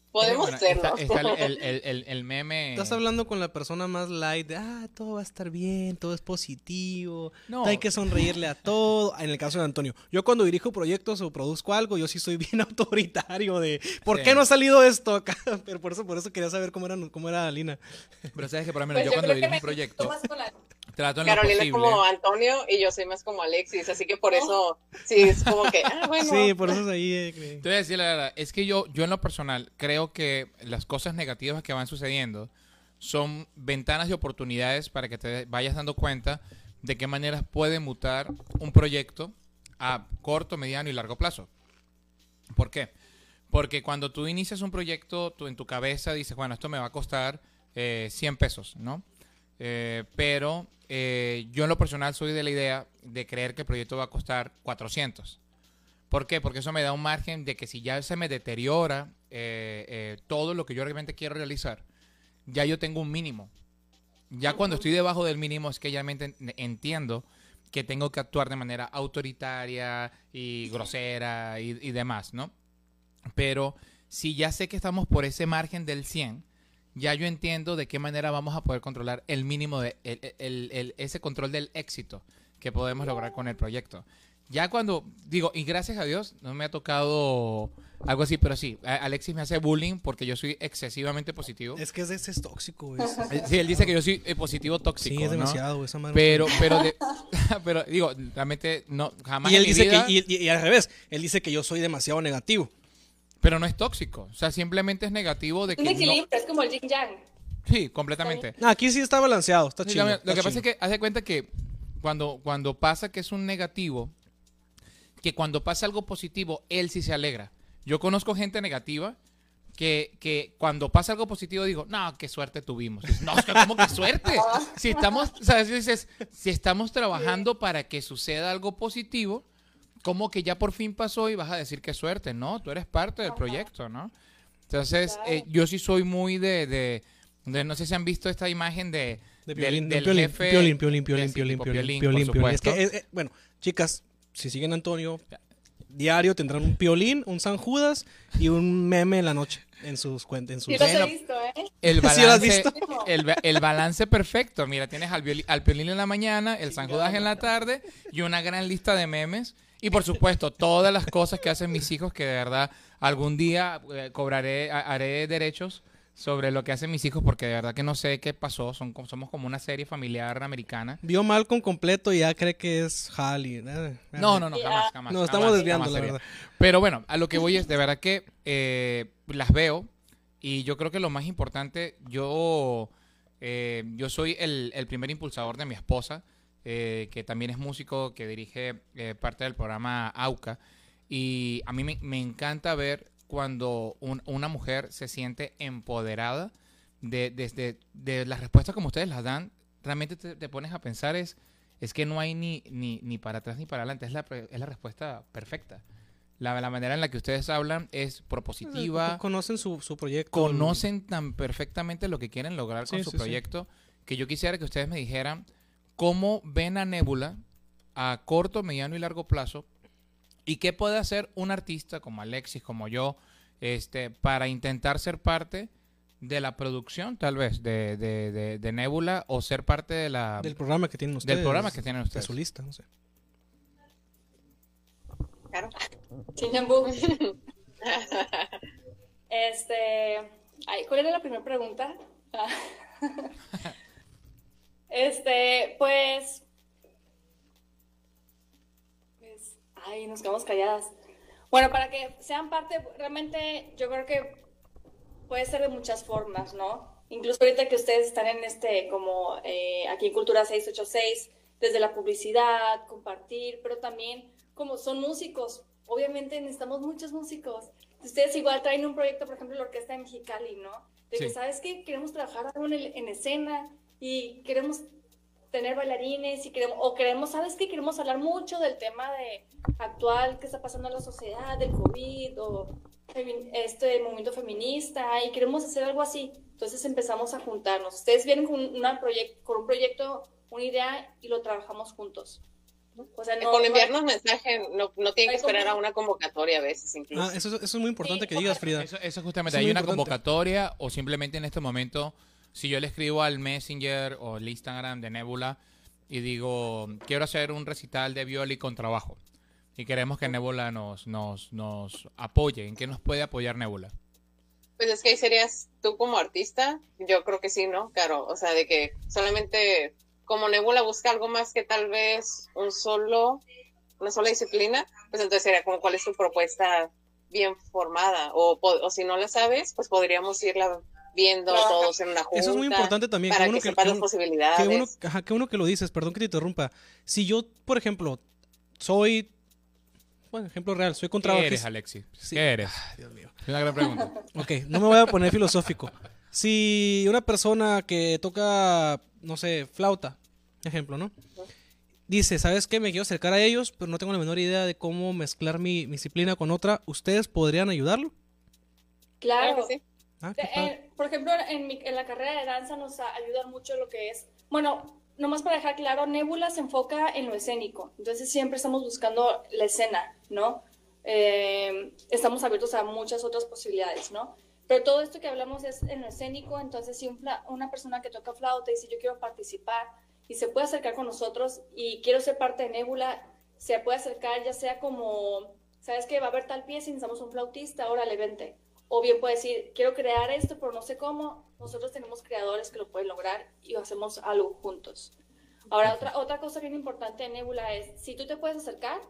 Podemos serlo. Está el meme. Estás hablando con la persona más light de, todo va a estar bien, todo es positivo, No. hay que sonreírle a todo. En el caso de Antonio, yo cuando dirijo proyectos o produzco algo, yo sí soy bien autoritario de, ¿por qué no ha salido esto acá? Pero por eso quería saber cómo era Lina. Pero sabes que por lo menos Pues yo cuando creo que dirijo un proyecto, trato en lo Carolina posible. es como Antonio y yo soy más como Alexis, así que por eso sí es como que, bueno. Sí, por eso es ahí. Te voy a decir la verdad, es que yo en lo personal creo que las cosas negativas que van sucediendo son ventanas de oportunidades para que te vayas dando cuenta de qué maneras puede mutar un proyecto a corto, mediano y largo plazo. ¿Por qué? Porque cuando tú inicias un proyecto, tú en tu cabeza dices, bueno, esto me va a costar 100 pesos, ¿no? Pero yo en lo personal soy de la idea de creer que el proyecto va a costar 400. ¿Por qué? Porque eso me da un margen de que si ya se me deteriora todo lo que yo realmente quiero realizar, ya yo tengo un mínimo. Ya cuando estoy debajo del mínimo es que ya entiendo que tengo que actuar de manera autoritaria y grosera y demás, ¿no? Pero si ya sé que estamos por ese margen del 100, ya yo entiendo de qué manera vamos a poder controlar el mínimo de ese control del éxito que podemos lograr con el proyecto. Ya cuando digo, y gracias a Dios no me ha tocado algo así, pero sí, Alexis me hace bullying porque yo soy excesivamente positivo. Es que ese es tóxico, güey. Sí, él dice que yo soy positivo tóxico. Sí, es ¿no? demasiado, esa madre. Pero digo, realmente no, jamás Y él en mi dice vida, y al revés, él dice que yo soy demasiado negativo. pero no es tóxico. O sea, simplemente es negativo de que Un equilibrio, no. es como el yin yang. Sí, completamente. No, aquí sí está balanceado, está Sí, chido. lo que pasa es que haz de cuenta que cuando pasa que es un negativo, que cuando pasa algo positivo, él sí se alegra. Yo conozco gente negativa que cuando pasa algo positivo digo, no, qué suerte tuvimos. No, es que ¿cómo que suerte? Si estamos, ¿sabes? Dices, si estamos trabajando para que suceda algo positivo, ¿cómo que ya por fin pasó y vas a decir qué suerte? No, tú eres parte del proyecto, ¿no? Entonces, yo sí soy muy de no sé si han visto esta imagen del jefe. Piolín. Es que, bueno, chicas, si siguen a Antonio, diario tendrán un Piolín, un San Judas y un meme en la noche en sus cuentas. Sí, los he visto, ¿eh? El ¿Sí lo has balance, visto? el balance perfecto. Mira, tienes al Piolín en la mañana, el San Judas en la tarde y una gran lista de memes. Y por supuesto, todas las cosas que hacen mis hijos, que de verdad algún día haré derechos sobre lo que hacen mis hijos, porque de verdad que no sé qué pasó. Somos como una serie familiar americana. Vio Malcolm completo y ya cree que es Halley. No, jamás. Nos estamos desviando, la verdad. Pero bueno, a lo que voy es, de verdad que las veo y yo creo que lo más importante, yo soy el primer impulsador de mi esposa, que también es músico, que dirige parte del programa AUCA, y a mí me encanta ver cuando una mujer se siente empoderada de las respuestas como ustedes las dan. Realmente te pones a pensar, es que no hay ni para atrás ni para adelante, es la respuesta perfecta. La manera en la que ustedes hablan es propositiva. Conocen su proyecto. Conocen tan perfectamente lo que quieren lograr con su proyecto, que yo quisiera que ustedes me dijeran cómo ven a Nebula a corto, mediano y largo plazo, y qué puede hacer un artista como Alexis, como yo, para intentar ser parte de la producción, tal vez, de Nebula, o ser parte del programa que tienen ustedes. Del programa que tienen ustedes. De su lista, no sé. Claro. Chinyambu. ¿Cuál era la primera pregunta? Pues, nos quedamos calladas. Bueno, para que sean parte, realmente yo creo que puede ser de muchas formas, ¿no? Incluso ahorita que ustedes están en como aquí en Cultura 686, desde la publicidad, compartir, pero también como son músicos, obviamente necesitamos muchos músicos. Ustedes igual traen un proyecto, por ejemplo, la Orquesta de Mexicali, ¿no? De que, ¿sabes qué? Queremos trabajar en escena y queremos tener bailarines y queremos, ¿sabes qué? Queremos hablar mucho del tema actual que está pasando en la sociedad, del COVID o este movimiento feminista, y queremos hacer algo así. Entonces empezamos a juntarnos. Ustedes vienen con un proyecto, una idea, y lo trabajamos juntos. O sea, con enviarnos mensaje, no tiene que esperar a una convocatoria a veces incluso. Eso es muy importante que digas, Frida. Eso justamente, ¿hay una convocatoria o simplemente en este momento, si yo le escribo al Messenger o el Instagram de Nebula y digo, quiero hacer un recital de viola y contrabajo y queremos que Nebula nos apoye, ¿en qué nos puede apoyar Nebula? Pues es que ahí serías tú como artista, yo creo que sí, ¿no? Claro, o sea, de que solamente como Nebula busca algo más que tal vez una sola disciplina, pues entonces sería como cuál es tu propuesta bien formada, o si no la sabes, pues podríamos irla viendo todos en una junta. Eso es muy importante también. Para que sepas las posibilidades. Qué uno que lo dices, perdón que te interrumpa. Si yo, por ejemplo, soy, bueno, ejemplo real, soy contrabajista. ¿Qué eres, Alexis? Sí. ¿Qué eres? Dios mío. Es una gran pregunta. Ok, no me voy a poner filosófico. Si una persona que toca, no sé, flauta, ejemplo, ¿no? Dice, ¿sabes qué? Me quiero acercar a ellos, pero no tengo la menor idea de cómo mezclar mi disciplina con otra. ¿Ustedes podrían ayudarlo? Claro. Sí. Por ejemplo, en la carrera de danza nos ayuda mucho lo que es, bueno, nomás para dejar claro, Nebula se enfoca en lo escénico, entonces siempre estamos buscando la escena, ¿no? Estamos abiertos a muchas otras posibilidades, ¿no? Pero todo esto que hablamos es en lo escénico, entonces si una persona que toca flauta dice yo quiero participar y se puede acercar con nosotros y quiero ser parte de Nebula, se puede acercar ya sea como, ¿sabes qué? Va a haber tal pieza y necesitamos un flautista, órale, vente. O bien puede decir, quiero crear esto, pero no sé cómo. Nosotros tenemos creadores que lo pueden lograr y hacemos algo juntos. Ahora, otra cosa bien importante de Nebula es, si tú te puedes acercar,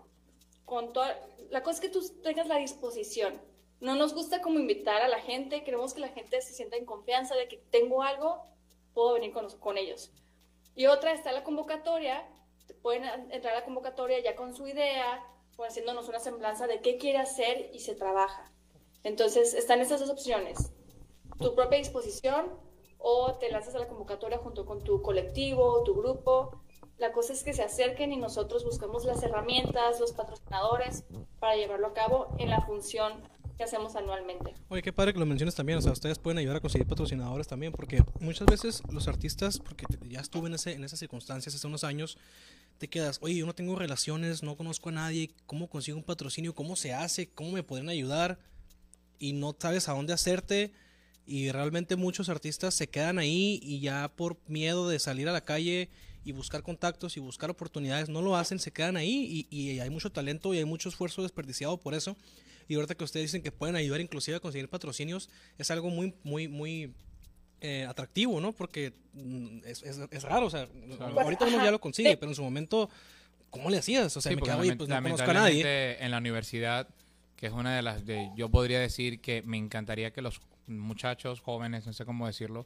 la cosa es que tú tengas la disposición. No nos gusta como invitar a la gente, queremos que la gente se sienta en confianza de que tengo algo, puedo venir con ellos. Y otra está la convocatoria, pueden entrar a la convocatoria ya con su idea, o haciéndonos una semblanza de qué quiere hacer y se trabaja. Entonces, están esas dos opciones, tu propia disposición o te lanzas a la convocatoria junto con tu colectivo, tu grupo. La cosa es que se acerquen y nosotros buscamos las herramientas, los patrocinadores para llevarlo a cabo en la función que hacemos anualmente. Oye, qué padre que lo menciones también, o sea, ustedes pueden ayudar a conseguir patrocinadores también, porque muchas veces los artistas, porque ya estuve en esas circunstancias hace unos años, te quedas, oye, yo no tengo relaciones, no conozco a nadie, ¿cómo consigo un patrocinio? ¿Cómo se hace? ¿Cómo me podrían ayudar? Y no sabes a dónde hacerte, y realmente muchos artistas se quedan ahí y ya por miedo de salir a la calle y buscar contactos y buscar oportunidades no lo hacen, se quedan ahí y hay mucho talento y hay mucho esfuerzo desperdiciado por eso. Y ahorita que ustedes dicen que pueden ayudar inclusive a conseguir patrocinios, es algo muy atractivo, ¿no? Porque es raro, o sea, ahorita uno ya lo consigue, pero en su momento, ¿cómo le hacías? O sea, me quedaba, pues no conozco a nadie. En la universidad, que es una de las, yo podría decir que me encantaría que los muchachos jóvenes, no sé cómo decirlo,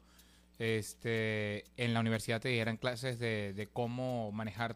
en la universidad te dieran clases de cómo manejar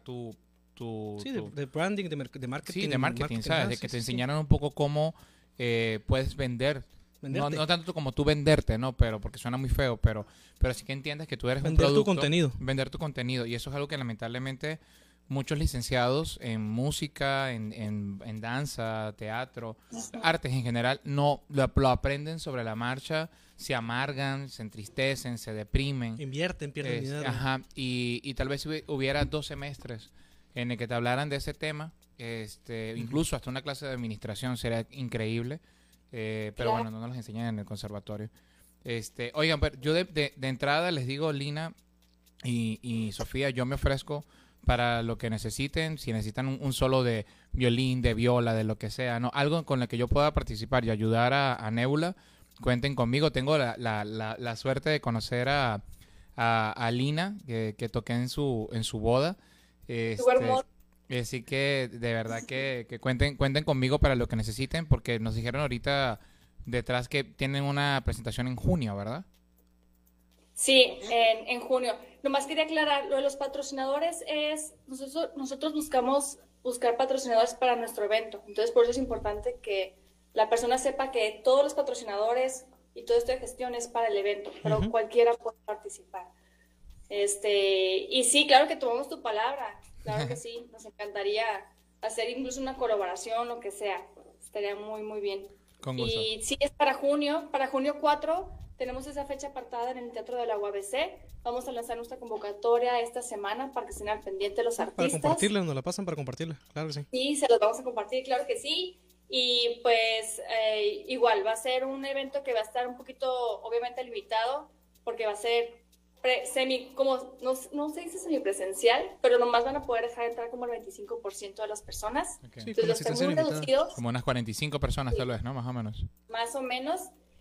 de branding, de marketing. Sí, de marketing, ¿sabes? De que te enseñaran un poco cómo puedes vender. No tanto como tú venderte, ¿no? Pero porque suena muy feo, pero sí que entiendes que tú eres un producto. Vender tu contenido. Vender tu contenido. Y eso es algo que lamentablemente muchos licenciados en música, en danza, teatro, artes en general, no lo aprenden sobre la marcha, se amargan, se entristecen, se deprimen. Invierten, pierden dinero. Ajá, y tal vez si hubiera 2 semestres en el que te hablaran de ese tema, incluso hasta una clase de administración sería increíble, pero bueno, no nos las enseñan en el conservatorio. Oigan, pero yo de entrada les digo, Lina y Sofía, yo me ofrezco para lo que necesiten, si necesitan un solo de violín, de viola, de lo que sea, ¿no? Algo con lo que yo pueda participar y ayudar a Nebula, cuenten conmigo. Tengo la suerte de conocer a Lina, que toqué en su boda. Así que de verdad que cuenten conmigo para lo que necesiten, porque nos dijeron ahorita detrás que tienen una presentación en junio, ¿verdad? Sí, en junio. Nomás quería aclarar, lo de los patrocinadores es, nosotros buscar patrocinadores para nuestro evento, entonces por eso es importante que la persona sepa que todos los patrocinadores y todo esto de gestión es para el evento, pero cualquiera puede participar. Y sí, claro que tomamos tu palabra, claro que sí, nos encantaría hacer incluso una colaboración, lo que sea, estaría muy, muy bien. Con gusto. Y sí, es para junio 4, tenemos esa fecha apartada en el Teatro de la UABC. Vamos a lanzar nuestra convocatoria esta semana para que estén al pendiente los artistas. Para compartirla, nos la pasan para compartirla, claro que sí. Sí, se los vamos a compartir, claro que sí. Y pues igual va a ser un evento que va a estar un poquito, obviamente, limitado, porque va a ser como, no se dice semipresencial, pero nomás van a poder dejar entrar como el 25% de las personas. Okay. Sí, Entonces, están muy reducidos. Como unas 45 personas tal vez, ¿no? Más o menos. Más o menos.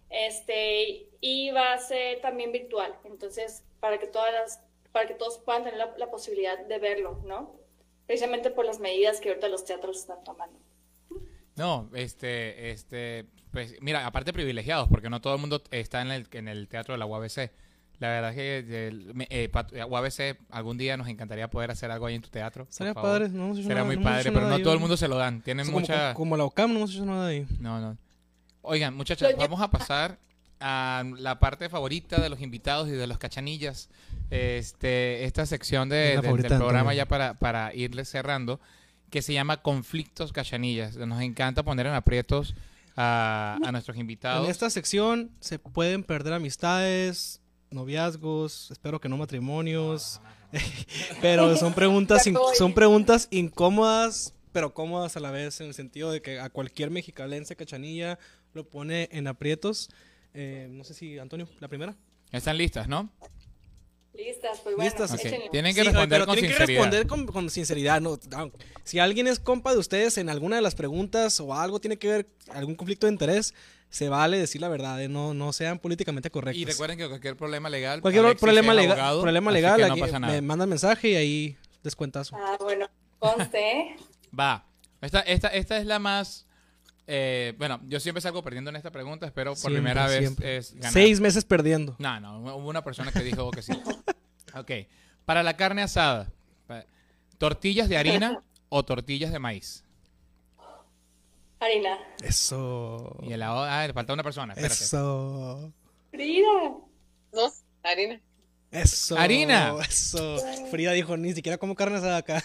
Y va a ser también virtual. Entonces, para que todos puedan tener la posibilidad de verlo, ¿no? Precisamente por las medidas que ahorita los teatros están tomando. No, pues mira, aparte privilegiados, porque no todo el mundo está en el teatro de la UABC. La verdad es que UABC, algún día nos encantaría poder hacer algo ahí en tu teatro. Sería padre, no hemos hecho Sería nada, muy no hemos padre, hecho pero nada no todo el ahí. mundo se lo dan. Tienen mucha... Como la OCAM, no hemos hecho nada ahí. No. Oigan, muchachos, vamos a pasar a la parte favorita de los invitados y de los cachanillas. Esta sección del programa ya para irles cerrando, que se llama Conflictos Cachanillas. Nos encanta poner en aprietos a nuestros invitados. En esta sección se pueden perder amistades, noviazgos, espero que no matrimonios, pero son preguntas incómodas, pero cómodas a la vez, en el sentido de que a cualquier mexicalense cachanilla lo pone en aprietos. No sé si, Antonio, la primera. Están listas, ¿no? Listas, pues bueno, Listas. Okay. Tienen que responder con tienen sinceridad. que responder con sinceridad. No, si alguien es compa de ustedes en alguna de las preguntas o algo tiene que ver, algún conflicto de interés, se vale decir la verdad, no sean políticamente correctos. Y recuerden que cualquier problema legal, problema legal, no aquí pasa nada. me mandan mensaje y ahí descuentazo. Bueno, conste. Va. Esta es la más... bueno, yo siempre salgo perdiendo en esta pregunta. Espero por primera vez es ganar. 6 meses perdiendo. No, hubo una persona que dijo que sí. Ok. Para la carne asada, ¿tortillas de harina o tortillas de maíz? Harina. Eso. Y le falta una persona, espérate. Eso. Frida. No, harina. Eso. Harina. Eso. Frida dijo, ni siquiera como carne asada acá.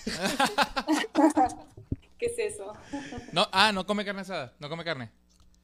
¿Qué es eso? No come carne asada, no come carne.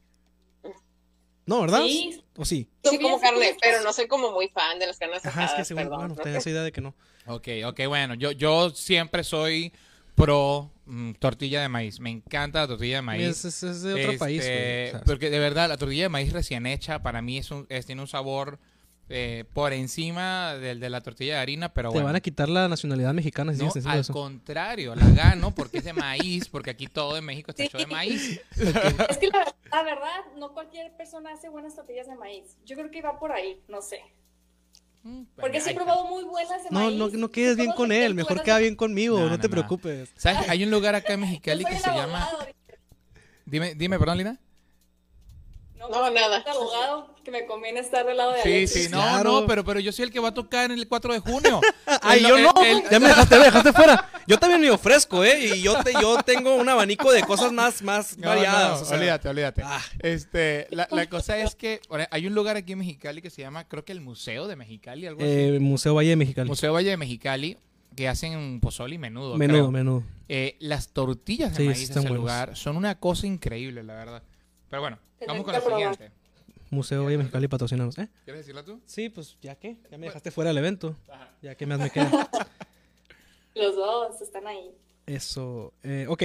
No, ¿verdad? Sí. ¿O sí? Sí como carne, pero no soy como muy fan de las carnes asadas. Ajá, es que según, perdón, bueno, ¿no? tenía esa idea de que no. Ok, bueno, yo siempre soy pro tortilla de maíz. Me encanta la tortilla de maíz. Es de otro país, güey. O sea, Porque de verdad, la tortilla de maíz recién hecha, para mí tiene un sabor por encima del de la tortilla de harina, pero te bueno. van a quitar la nacionalidad mexicana si No, sigues diciendo al eso. contrario, la gano porque es de maíz, porque aquí todo en México está hecho de maíz. Es que la verdad, no cualquier persona hace buenas tortillas de maíz. Yo creo que va por ahí, no sé. Porque sí he probado muy buenas de maíz. No quedes bien con él, mejor queda bien conmigo, no te No. preocupes. ¿Sabes? Hay un lugar acá en Yo Mexicali soy que el se llama... abogado. Dime, perdón, Lina. No, nada. El abogado que me conviene estar del lado de Alexis. Sí, Claro. no, pero yo soy el que va a tocar en el 4 de junio. Ay, yo no, ya me dejaste fuera. Yo también me ofrezco, y yo tengo un abanico de cosas más variadas. No, o sea. olvídate. Ah. La cosa es que hay un lugar aquí en Mexicali que se llama, creo que el Museo de Mexicali, algo así. Museo Valle de Mexicali. Museo Valle de Mexicali, que hacen pozole y menudo. Menudo. Las tortillas de Sí, maíz de están ese buenas. lugar son una cosa increíble, la verdad. Pero bueno, vamos con la Tendré que probar. siguiente. Museo Valle de Mexicali patrocinanos, ¿Quieres decirla tú? Sí, pues ya que, ya me dejaste fuera del evento. Ya que más me queda. Los dos están ahí. Eso. Ok.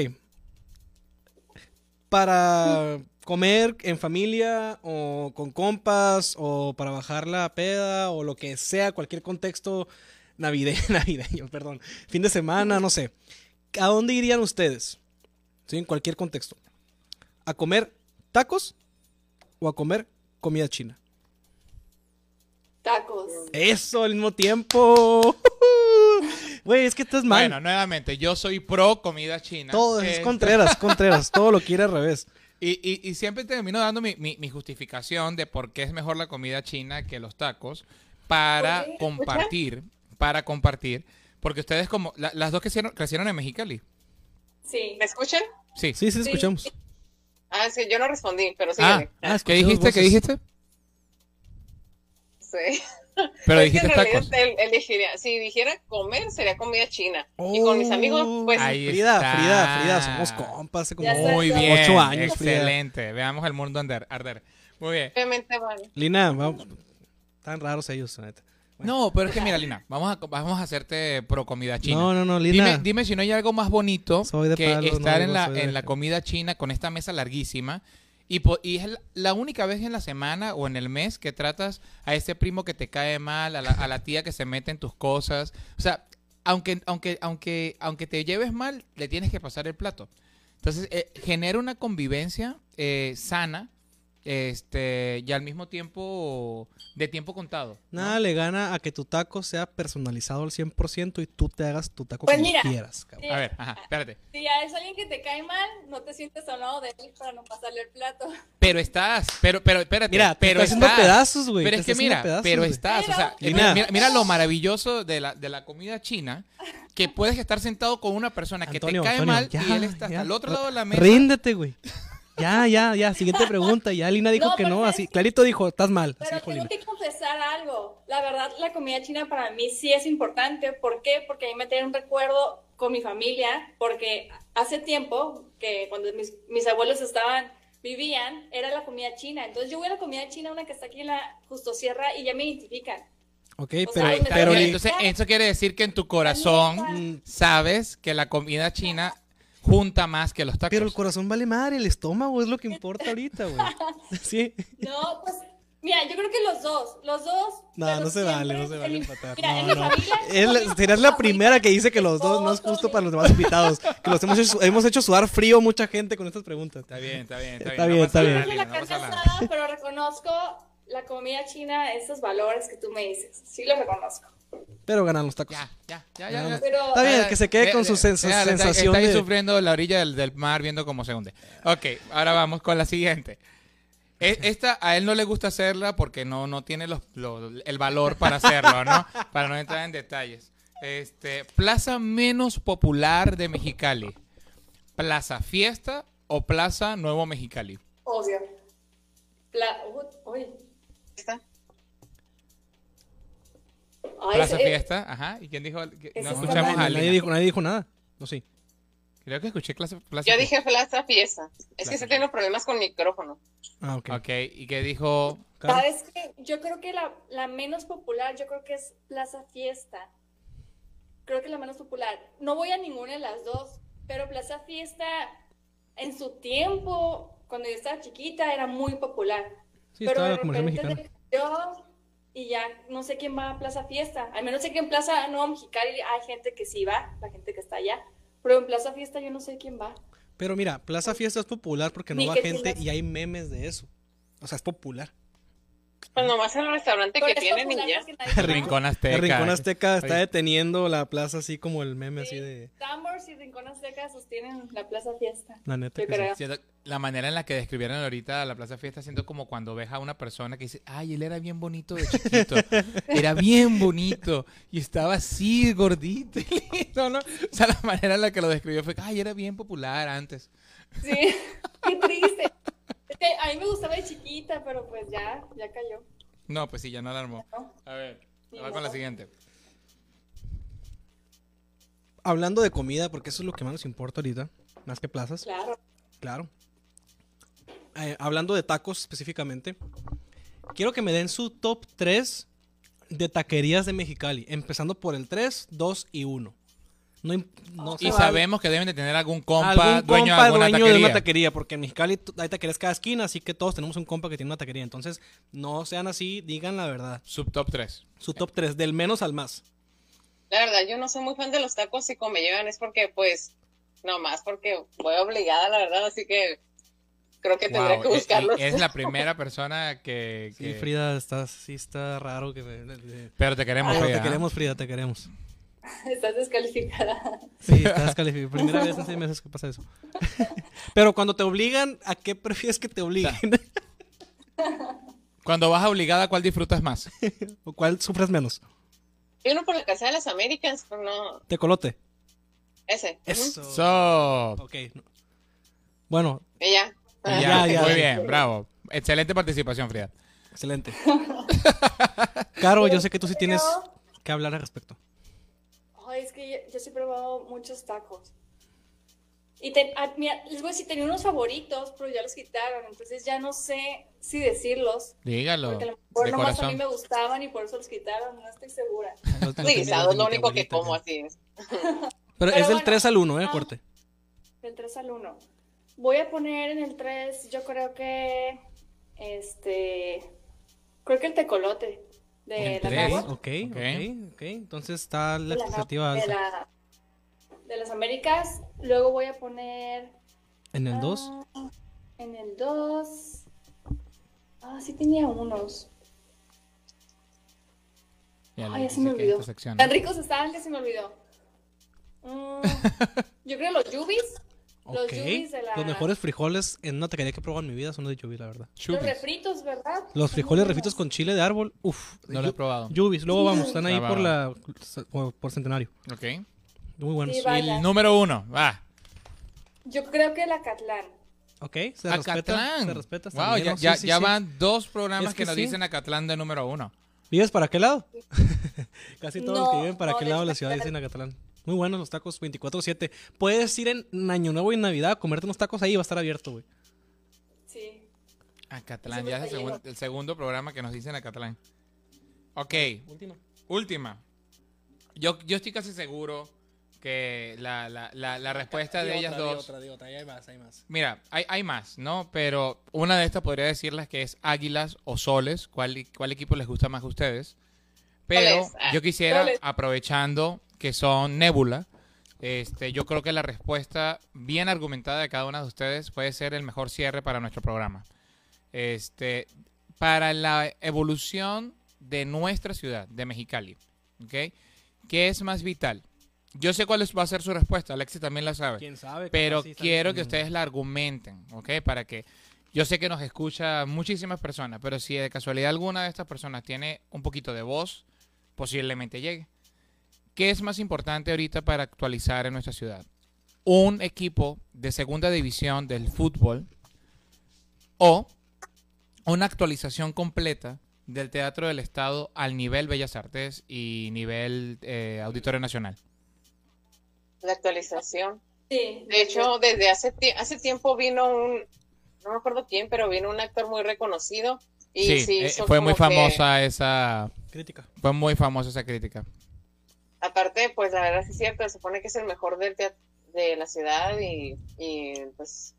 Para comer en familia o con compas o para bajar la peda o lo que sea, cualquier contexto navideño, perdón. Fin de semana, no sé. ¿A dónde irían ustedes? ¿Sí? En cualquier contexto. ¿A comer tacos o a comer comida china? Tacos. Eso al mismo tiempo. Güey, es que estás mal. Bueno, nuevamente, yo soy pro comida china. Todo es Contreras, todo lo quiere al revés. Y siempre termino dando mi justificación de por qué es mejor la comida china que los tacos para Oye, compartir, porque ustedes como, las dos crecieron en Mexicali. Sí. ¿Me escuchan? Sí. Sí, escuchamos. Ah, sí, yo no respondí, pero Ah, sígueme. ¿qué dijiste? voces. Sí. Pero Es que dijiste en realidad tacos. elegiría, si dijera comer, sería comida china. Y con mis amigos, pues, Ahí Frida, está. Frida, somos compas hace como Ya está. Muy bien. 8 años, Frida. Excelente. Veamos el mundo arder. Muy bien. obviamente, bueno. Lina, vamos, tan raros ellos, la neta. No, pero es que mira, Lina, vamos a hacerte pro comida china. No, Lina. Dime si no hay algo más bonito Soy de que palo, estar no, en la, soy de en la acá. comida china con esta mesa larguísima y es la única vez en la semana o en el mes que tratas a ese primo que te cae mal, a la tía que se mete en tus cosas. O sea, aunque te lleves mal, le tienes que pasar el plato. Entonces, genera una convivencia sana y al mismo tiempo de tiempo contado, ¿no? Nada le gana a que tu taco sea personalizado al 100% y tú te hagas tu taco Pues como mira, quieras, cabrón. A ver, espérate. Si ya es alguien que te cae mal, no te sientes al lado de él para no pasarle el plato. Pero espérate. Mira, te pero está haciendo pedazos, güey. Pero te es que está haciendo mira, pedazos, pero güey. estás, o sea, Lina. mira lo maravilloso de la comida china, que puedes estar sentado con una persona que Antonio, te cae Antonio, mal ya, y él está ya. al otro lado de la mesa. Ríndete, güey. Ya. Siguiente pregunta. Ya Lina dijo No, que no, porque así. Clarito dijo, estás mal. Así Pero dijo tengo Lina. que confesar algo. La verdad, la comida china para mí sí es importante. ¿Por qué? Porque a mí me trae un recuerdo con mi familia. Porque hace tiempo, que cuando mis abuelos vivían, era la comida china. Entonces yo voy a la comida china, una que está aquí en la Justo Sierra, y ya me identifican. Ok, O pero, sea, Está pero bien, Li- entonces eso quiere decir que en tu corazón Mm, sabes que la comida china junta más que los tacos. pero el corazón vale madre, el estómago es lo que importa ahorita, güey. Sí. No, pues, mira, yo creo que los dos. No, pero no se vale, siempre no se vale empatar. Mira, en No, mi no. familia... Serás la primera que dice que los dos no es justo para los demás invitados. Que los hemos hecho sudar frío mucha gente con estas preguntas. Está bien. Está No bien, pasa está nada, bien. Yo soy Lina, la no pasa carne nada. asada, pero reconozco la comida china, esos valores que tú me dices. Sí los reconozco. Pero ganan los tacos. Ya. Pero Está bien, que se quede con su sensación Está ahí de... sufriendo la orilla del mar viendo cómo se hunde. Ok, ahora vamos con la siguiente. Esta a él no le gusta hacerla porque no tiene el valor para hacerlo, ¿no? Para no entrar en detalles. Plaza menos popular de Mexicali. ¿Plaza Fiesta o Plaza Nuevo Mexicali? obvio. Uy. ¿Está? Ay, Plaza Fiesta, ajá. ¿Y quién dijo? No Ese es escuchamos a Nadie alguien. nadie dijo nada. No, sí. Creo que escuché Plaza Yo Fiesta. dije Plaza Fiesta. Es que Plaza se tienen problemas con micrófono. Ah, ok. Ok, ¿y qué dijo? Claro. ¿Sabes qué? Yo creo que la menos popular, yo creo que es Plaza Fiesta. Creo que es la menos popular. No voy a ninguna de las dos, pero Plaza Fiesta, en su tiempo, cuando yo estaba chiquita, era muy popular. Sí, pero estaba de la comercial repente mexicana. yo y ya no sé quién va a Plaza Fiesta. Al menos sé que en Plaza Nuevo Mexicali hay gente que sí va, la gente que está allá. Pero en Plaza Fiesta yo no sé quién va. Pero mira, Plaza Fiesta es popular porque no Ni va que gente chingas. y hay memes de eso. O sea, es popular. Pues nomás en el restaurante Pero que es tienen y popular ya. más que nadie conoce. Rincón Azteca. El Rincón Azteca está Oye. deteniendo la plaza así como el meme Sí, así de... Tambors y Rincón Azteca sostienen la Plaza Fiesta. La neta Yo que sí. creo. Siento- la manera en la que describieron ahorita la Plaza Fiesta, siento como cuando ves a una persona que dice, ay, él era bien bonito de chiquito, era bien bonito, y estaba así, gordito, y lindo, ¿no? O sea, la manera en la que lo describió fue, ay, era bien popular antes. Sí, qué triste. Es que a mí me gustaba de chiquita, pero pues ya cayó. No, pues sí, ya no la armó. ¿No? A ver, Ni va con la modo. siguiente. Hablando de comida, porque eso es lo que más nos importa ahorita, más que plazas. Claro. Claro. Hablando de tacos específicamente, quiero que me den su top 3 de taquerías de Mexicali, empezando por el 3, 2 y 1. No se Y vale. sabemos que deben de tener algún compa, Algún dueño compa de alguna dueño taquería. de una taquería, porque en Mexicali hay taquerías cada esquina, así que todos tenemos un compa que tiene una taquería. Entonces, no sean así, digan la verdad. Subtop 3. Su top 3, del menos al más. La verdad, yo no soy muy fan de los tacos y como me llevan es porque, pues, nomás porque voy obligada, la verdad, así que creo que tendré que buscarlos. Es la primera persona que... Sí, Frida, sí está raro que... Pero te queremos, Pero Frida, te ¿ah? queremos, Frida, te queremos. Estás descalificada. Sí, estás calificado. Primera vez en 6 meses que pasa eso. Pero cuando te obligan, ¿a qué prefieres que te obliguen? Cuando vas obligada, ¿cuál disfrutas más? ¿O cuál sufres menos? Hay uno por la Casa de las Américas, pero no, Tecolote. ese. Eso. So, Ok. Bueno, Y ya. ya, Ya. muy bien, bravo. Excelente participación, Frida. excelente. Caro, yo sé que tú sí tienes que hablar al respecto. Ay, es que yo sí he probado muchos tacos. Y mira, les voy a decir, tenía unos favoritos, pero ya los quitaron. Entonces ya no sé si decirlos. Dígalo. Porque a lo mejor de nomás corazón. a mí me gustaban y por eso los quitaron. No estoy segura. Sí, guisado es lo único que como, así es. Pero es del 3 al 1, corte. Del 3 al 1. Voy a poner en el 3, yo creo que creo que el tecolote de la Náhuatl. Ok. Entonces está la expectativa alta. De las Américas. Luego voy a poner ¿En el 2? En el 2. Sí tenía unos. Ya se me olvidó. Tan ricos estaban que se me olvidó. Yo creo los Yubis. Los Yubis de la... Los mejores frijoles en una taquería que he probado en mi vida son los de Yubis, la verdad. Los refritos, ¿verdad? Los frijoles refritos con chile de árbol, no lo he probado. Yubis, luego vamos, están ahí por Centenario. Ok. Muy buenos. Sí, y el número 1, va. Yo creo que el Acatlán. Ok, se respeta. Wow, también, ya van 2 programas que nos sí. dicen Acatlán de número 1. ¿Vives para qué lado? Casi todos los que viven para aquel lado de la ciudad Acatlán. dicen Acatlán. Muy buenos los tacos 24/7. Puedes ir en Año Nuevo y Navidad a comerte unos tacos ahí y va a estar abierto, güey. Sí. Acatlán, ya es el segundo programa que nos dicen Acatlán. Ok, última. Yo estoy casi seguro que la respuesta de ellas dos... Otra. Hay más. Mira, hay más, ¿no? Pero una de estas podría decirles que es Águilas o Soles. ¿Cuál equipo les gusta más a ustedes? Pero yo quisiera, aprovechando que son Nebula, yo creo que la respuesta bien argumentada de cada una de ustedes puede ser el mejor cierre para nuestro programa. Para la evolución de nuestra ciudad, de Mexicali, ¿ok? ¿Qué es más vital? Yo sé cuál va a ser su respuesta, Alexis también la sabe. ¿Quién sabe? Pero quiero que ustedes la argumenten, ¿ok? Para que... Yo sé que nos escucha muchísimas personas, pero si de casualidad alguna de estas personas tiene un poquito de voz, posiblemente llegue. ¿Qué es más importante ahorita para actualizar en nuestra ciudad? ¿Un equipo de segunda división del fútbol o una actualización completa del Teatro del Estado al nivel Bellas Artes y nivel Auditorio Nacional? La actualización. Sí. De hecho, desde hace tiempo vino no me acuerdo quién, pero vino un actor muy reconocido. Y sí fue muy famosa esa crítica. Fue muy famosa esa crítica. Aparte, pues la verdad sí es cierto, se supone que es el mejor del de la ciudad y pues...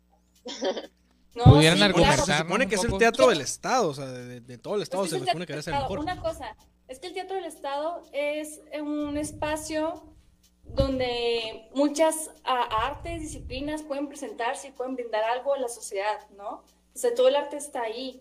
¿Pudieran argumentar? Se supone que es el teatro del Estado, o sea, de todo el Estado se supone que debe ser el mejor. Una cosa, es que el Teatro del Estado es un espacio donde muchas artes, disciplinas pueden presentarse y pueden brindar algo a la sociedad, ¿no? O sea, todo el arte está ahí.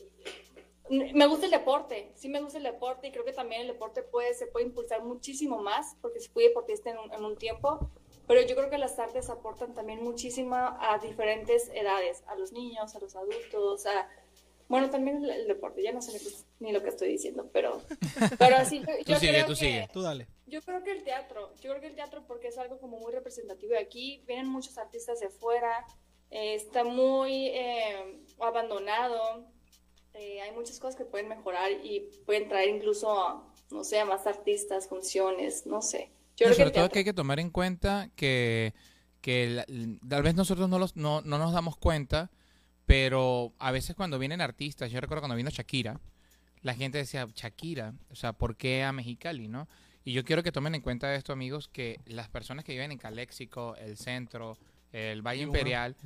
Me gusta el deporte, sí me gusta el deporte y creo que también el deporte se puede impulsar muchísimo más porque se fui deportista en un tiempo, pero yo creo que las artes aportan también muchísimo a diferentes edades, a los niños, a los adultos, bueno, también el deporte, ya no sé ni lo que estoy diciendo, pero así Tú sigue. Tú dale. Yo creo que el teatro porque es algo como muy representativo de aquí, vienen muchos artistas de fuera, está muy abandonado. Hay muchas cosas que pueden mejorar y pueden traer incluso, no sé, a más artistas, funciones, no sé. Sobre todo que hay que tomar en cuenta que tal vez nosotros no nos damos cuenta, pero a veces cuando vienen artistas, yo recuerdo cuando vino Shakira, la gente decía, Shakira, o sea, ¿por qué a Mexicali, no? Y yo quiero que tomen en cuenta esto, amigos, que las personas que viven en Caléxico, el centro, el Valle Imperial,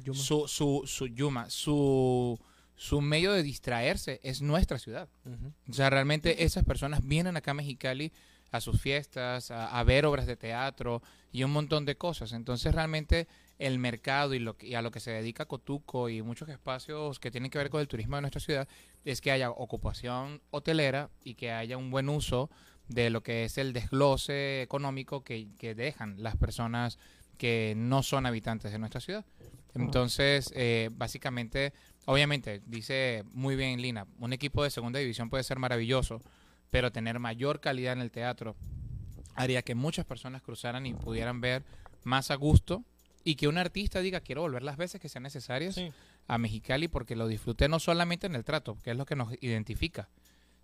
su medio de distraerse es nuestra ciudad. O sea, realmente esas personas vienen acá a Mexicali a sus fiestas, a ver obras de teatro y un montón de cosas. Entonces, realmente el mercado y a lo que se dedica Cotuco y muchos espacios que tienen que ver con el turismo de nuestra ciudad es que haya ocupación hotelera y que haya un buen uso de lo que es el desglose económico que dejan las personas que no son habitantes de nuestra ciudad. Entonces, básicamente, obviamente, dice muy bien Lina, un equipo de segunda división puede ser maravilloso, pero tener mayor calidad en el teatro haría que muchas personas cruzaran y pudieran ver más a gusto y que un artista diga, quiero volver las veces que sean necesarias a Mexicali porque lo disfruté no solamente en el trato, que es lo que nos identifica,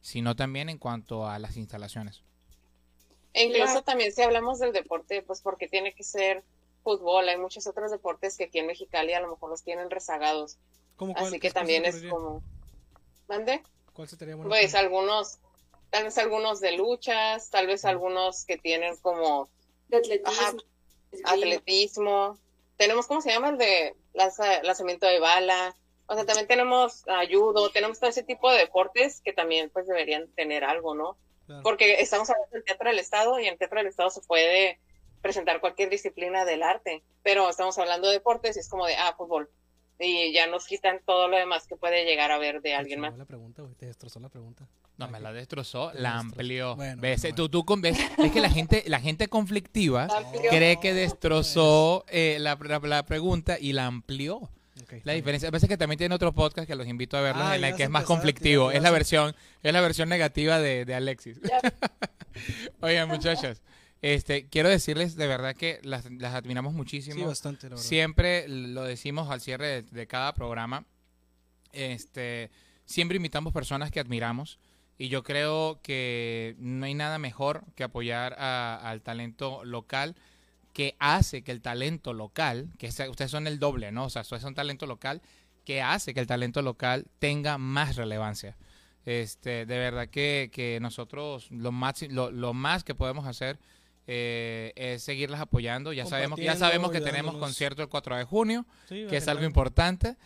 sino también en cuanto a las instalaciones. E incluso también si hablamos del deporte, pues porque tiene que ser fútbol, hay muchos otros deportes que aquí en Mexicali a lo mejor los tienen rezagados. Así que también es como... ¿Mande? ¿Cuál sería bueno? Pues algunos, tal vez algunos de luchas, tal vez algunos que tienen como... De atletismo. Atletismo. Tenemos, ¿cómo se llama? El de lanzamiento de bala. O sea, también tenemos judo, tenemos todo ese tipo de deportes que también pues deberían tener algo, ¿no? Claro. Porque estamos hablando del Teatro del Estado y en el Teatro del Estado se puede presentar cualquier disciplina del arte, pero estamos hablando de deportes y es como de, fútbol. Y ya nos quitan todo lo demás que puede llegar a ver de alguien más. La pregunta, güey, te destrozó la pregunta. No, me la destrozó, la amplió. Bueno, ¿Ves? Bueno. Tú ves, es que la gente conflictiva cree que destrozó la pregunta y la amplió. Okay, la diferencia, a veces que también tiene otro podcast que los invito a verlos en el que es más conflictivo. Es la versión negativa de Alexis. Oigan, muchachos, quiero decirles de verdad que las admiramos muchísimo. Sí, bastante, la verdad. Siempre lo decimos al cierre de cada programa. Siempre invitamos personas que admiramos. Y yo creo que no hay nada mejor que apoyar al talento local, que hace que el talento local, que ustedes son el doble, ¿no? O sea, ustedes son talento local, que hace que el talento local tenga más relevancia. De verdad que nosotros lo más que podemos hacer es seguirlas apoyando. Ya sabemos que tenemos concierto el 4 de junio, sí, que es algo importante.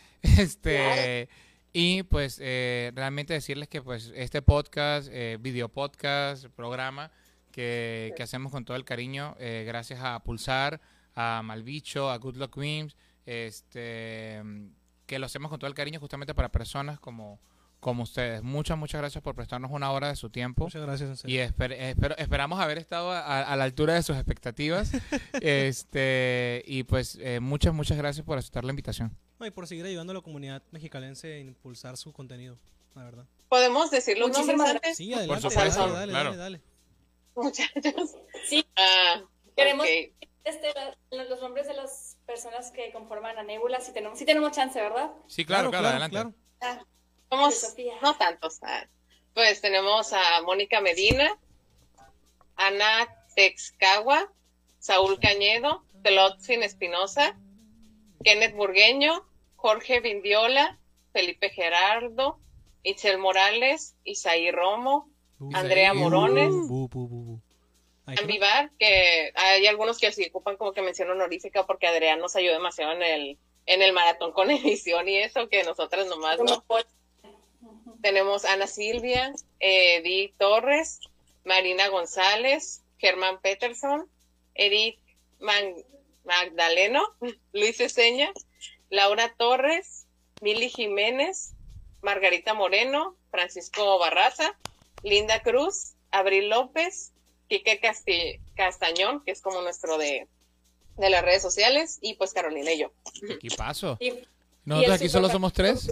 Y pues realmente decirles que pues este podcast, video podcast, programa que hacemos con todo el cariño, gracias a Pulsar, a Malbicho, a Good Luck Memes, que lo hacemos con todo el cariño justamente para personas como ustedes. Muchas gracias por prestarnos una hora de su tiempo. Muchas gracias, en serio. Y esperamos haber estado a la altura de sus expectativas. Y pues muchas gracias por aceptar la invitación. No, y por seguir ayudando a la comunidad mexicalense a impulsar su contenido, la verdad. ¿Podemos decir los nombres antes? Sí, adelante. Por supuesto, dale. Muchachos. Sí. Queremos los nombres de las personas que conforman a Nebula, si tenemos chance, ¿verdad? Sí, claro, adelante. Claro. No tantos. Pues tenemos a Mónica Medina, Ana Texcagua, Saúl Cañedo, Telotzin Espinosa, Kenneth Burgueño, Jorge Vindiola, Felipe Gerardo, Itzel Morales, Isaí Romo, Andrea Morones, Vivar, que hay algunos que se ocupan como que mención honorífica porque Adrián nos ayudó demasiado en el maratón con edición y eso, que nosotras nomás no. Tenemos Ana Silvia, Edith Torres, Marina González, Germán Peterson, Edith Magdaleno, Luis Eseña, Laura Torres, Mili Jiménez, Margarita Moreno, Francisco Barraza, Linda Cruz, Abril López, Quique Castañón, que es como nuestro de las redes sociales, y pues Carolina y yo. ¿Qué pasó? ¿Nosotros aquí solo somos 3?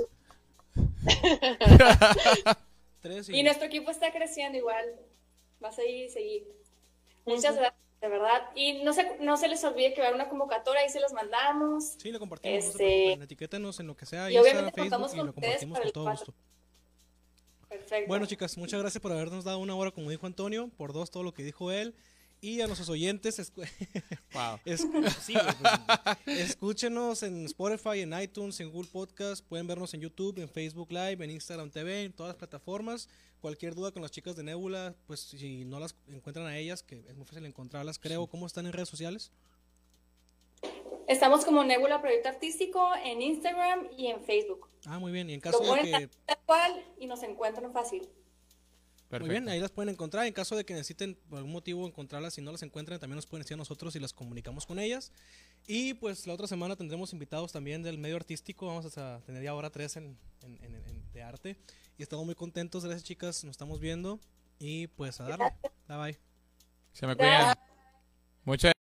Y nuestro equipo está creciendo igual. Va a seguir. Muchas gracias, de verdad. Y no se les olvide que va a haber una convocatoria, ahí se los mandamos. Sí, lo compartimos. Etiquétenos en lo que sea, y Instagram, Facebook, y lo compartimos con todo gusto. Perfecto. Bueno, chicas, muchas gracias por habernos dado una hora, como dijo Antonio, por 2 todo lo que dijo él. Y a nuestros oyentes, wow. Escúchenos en Spotify, en iTunes, en Google Podcast. Pueden vernos en YouTube, en Facebook Live, en Instagram TV, en todas las plataformas. Cualquier duda con las chicas de Nebula, pues si no las encuentran a ellas, que es muy fácil encontrarlas, creo. Sí. ¿Cómo están en redes sociales? Estamos como Nebula Proyecto Artístico en Instagram y en Facebook. Muy bien. Y en caso de que... y nos encuentran fácil. Perfecto. Muy bien, ahí las pueden encontrar. En caso de que necesiten por algún motivo encontrarlas, si no las encuentran, también nos pueden decir a nosotros y las comunicamos con ellas. Y pues la otra semana tendremos invitados también del medio artístico. Vamos a tener ya ahora 3 de arte. Y estamos muy contentos. Gracias, chicas. Nos estamos viendo. Y pues a darle. Bye bye. Se me cuidan. Muchas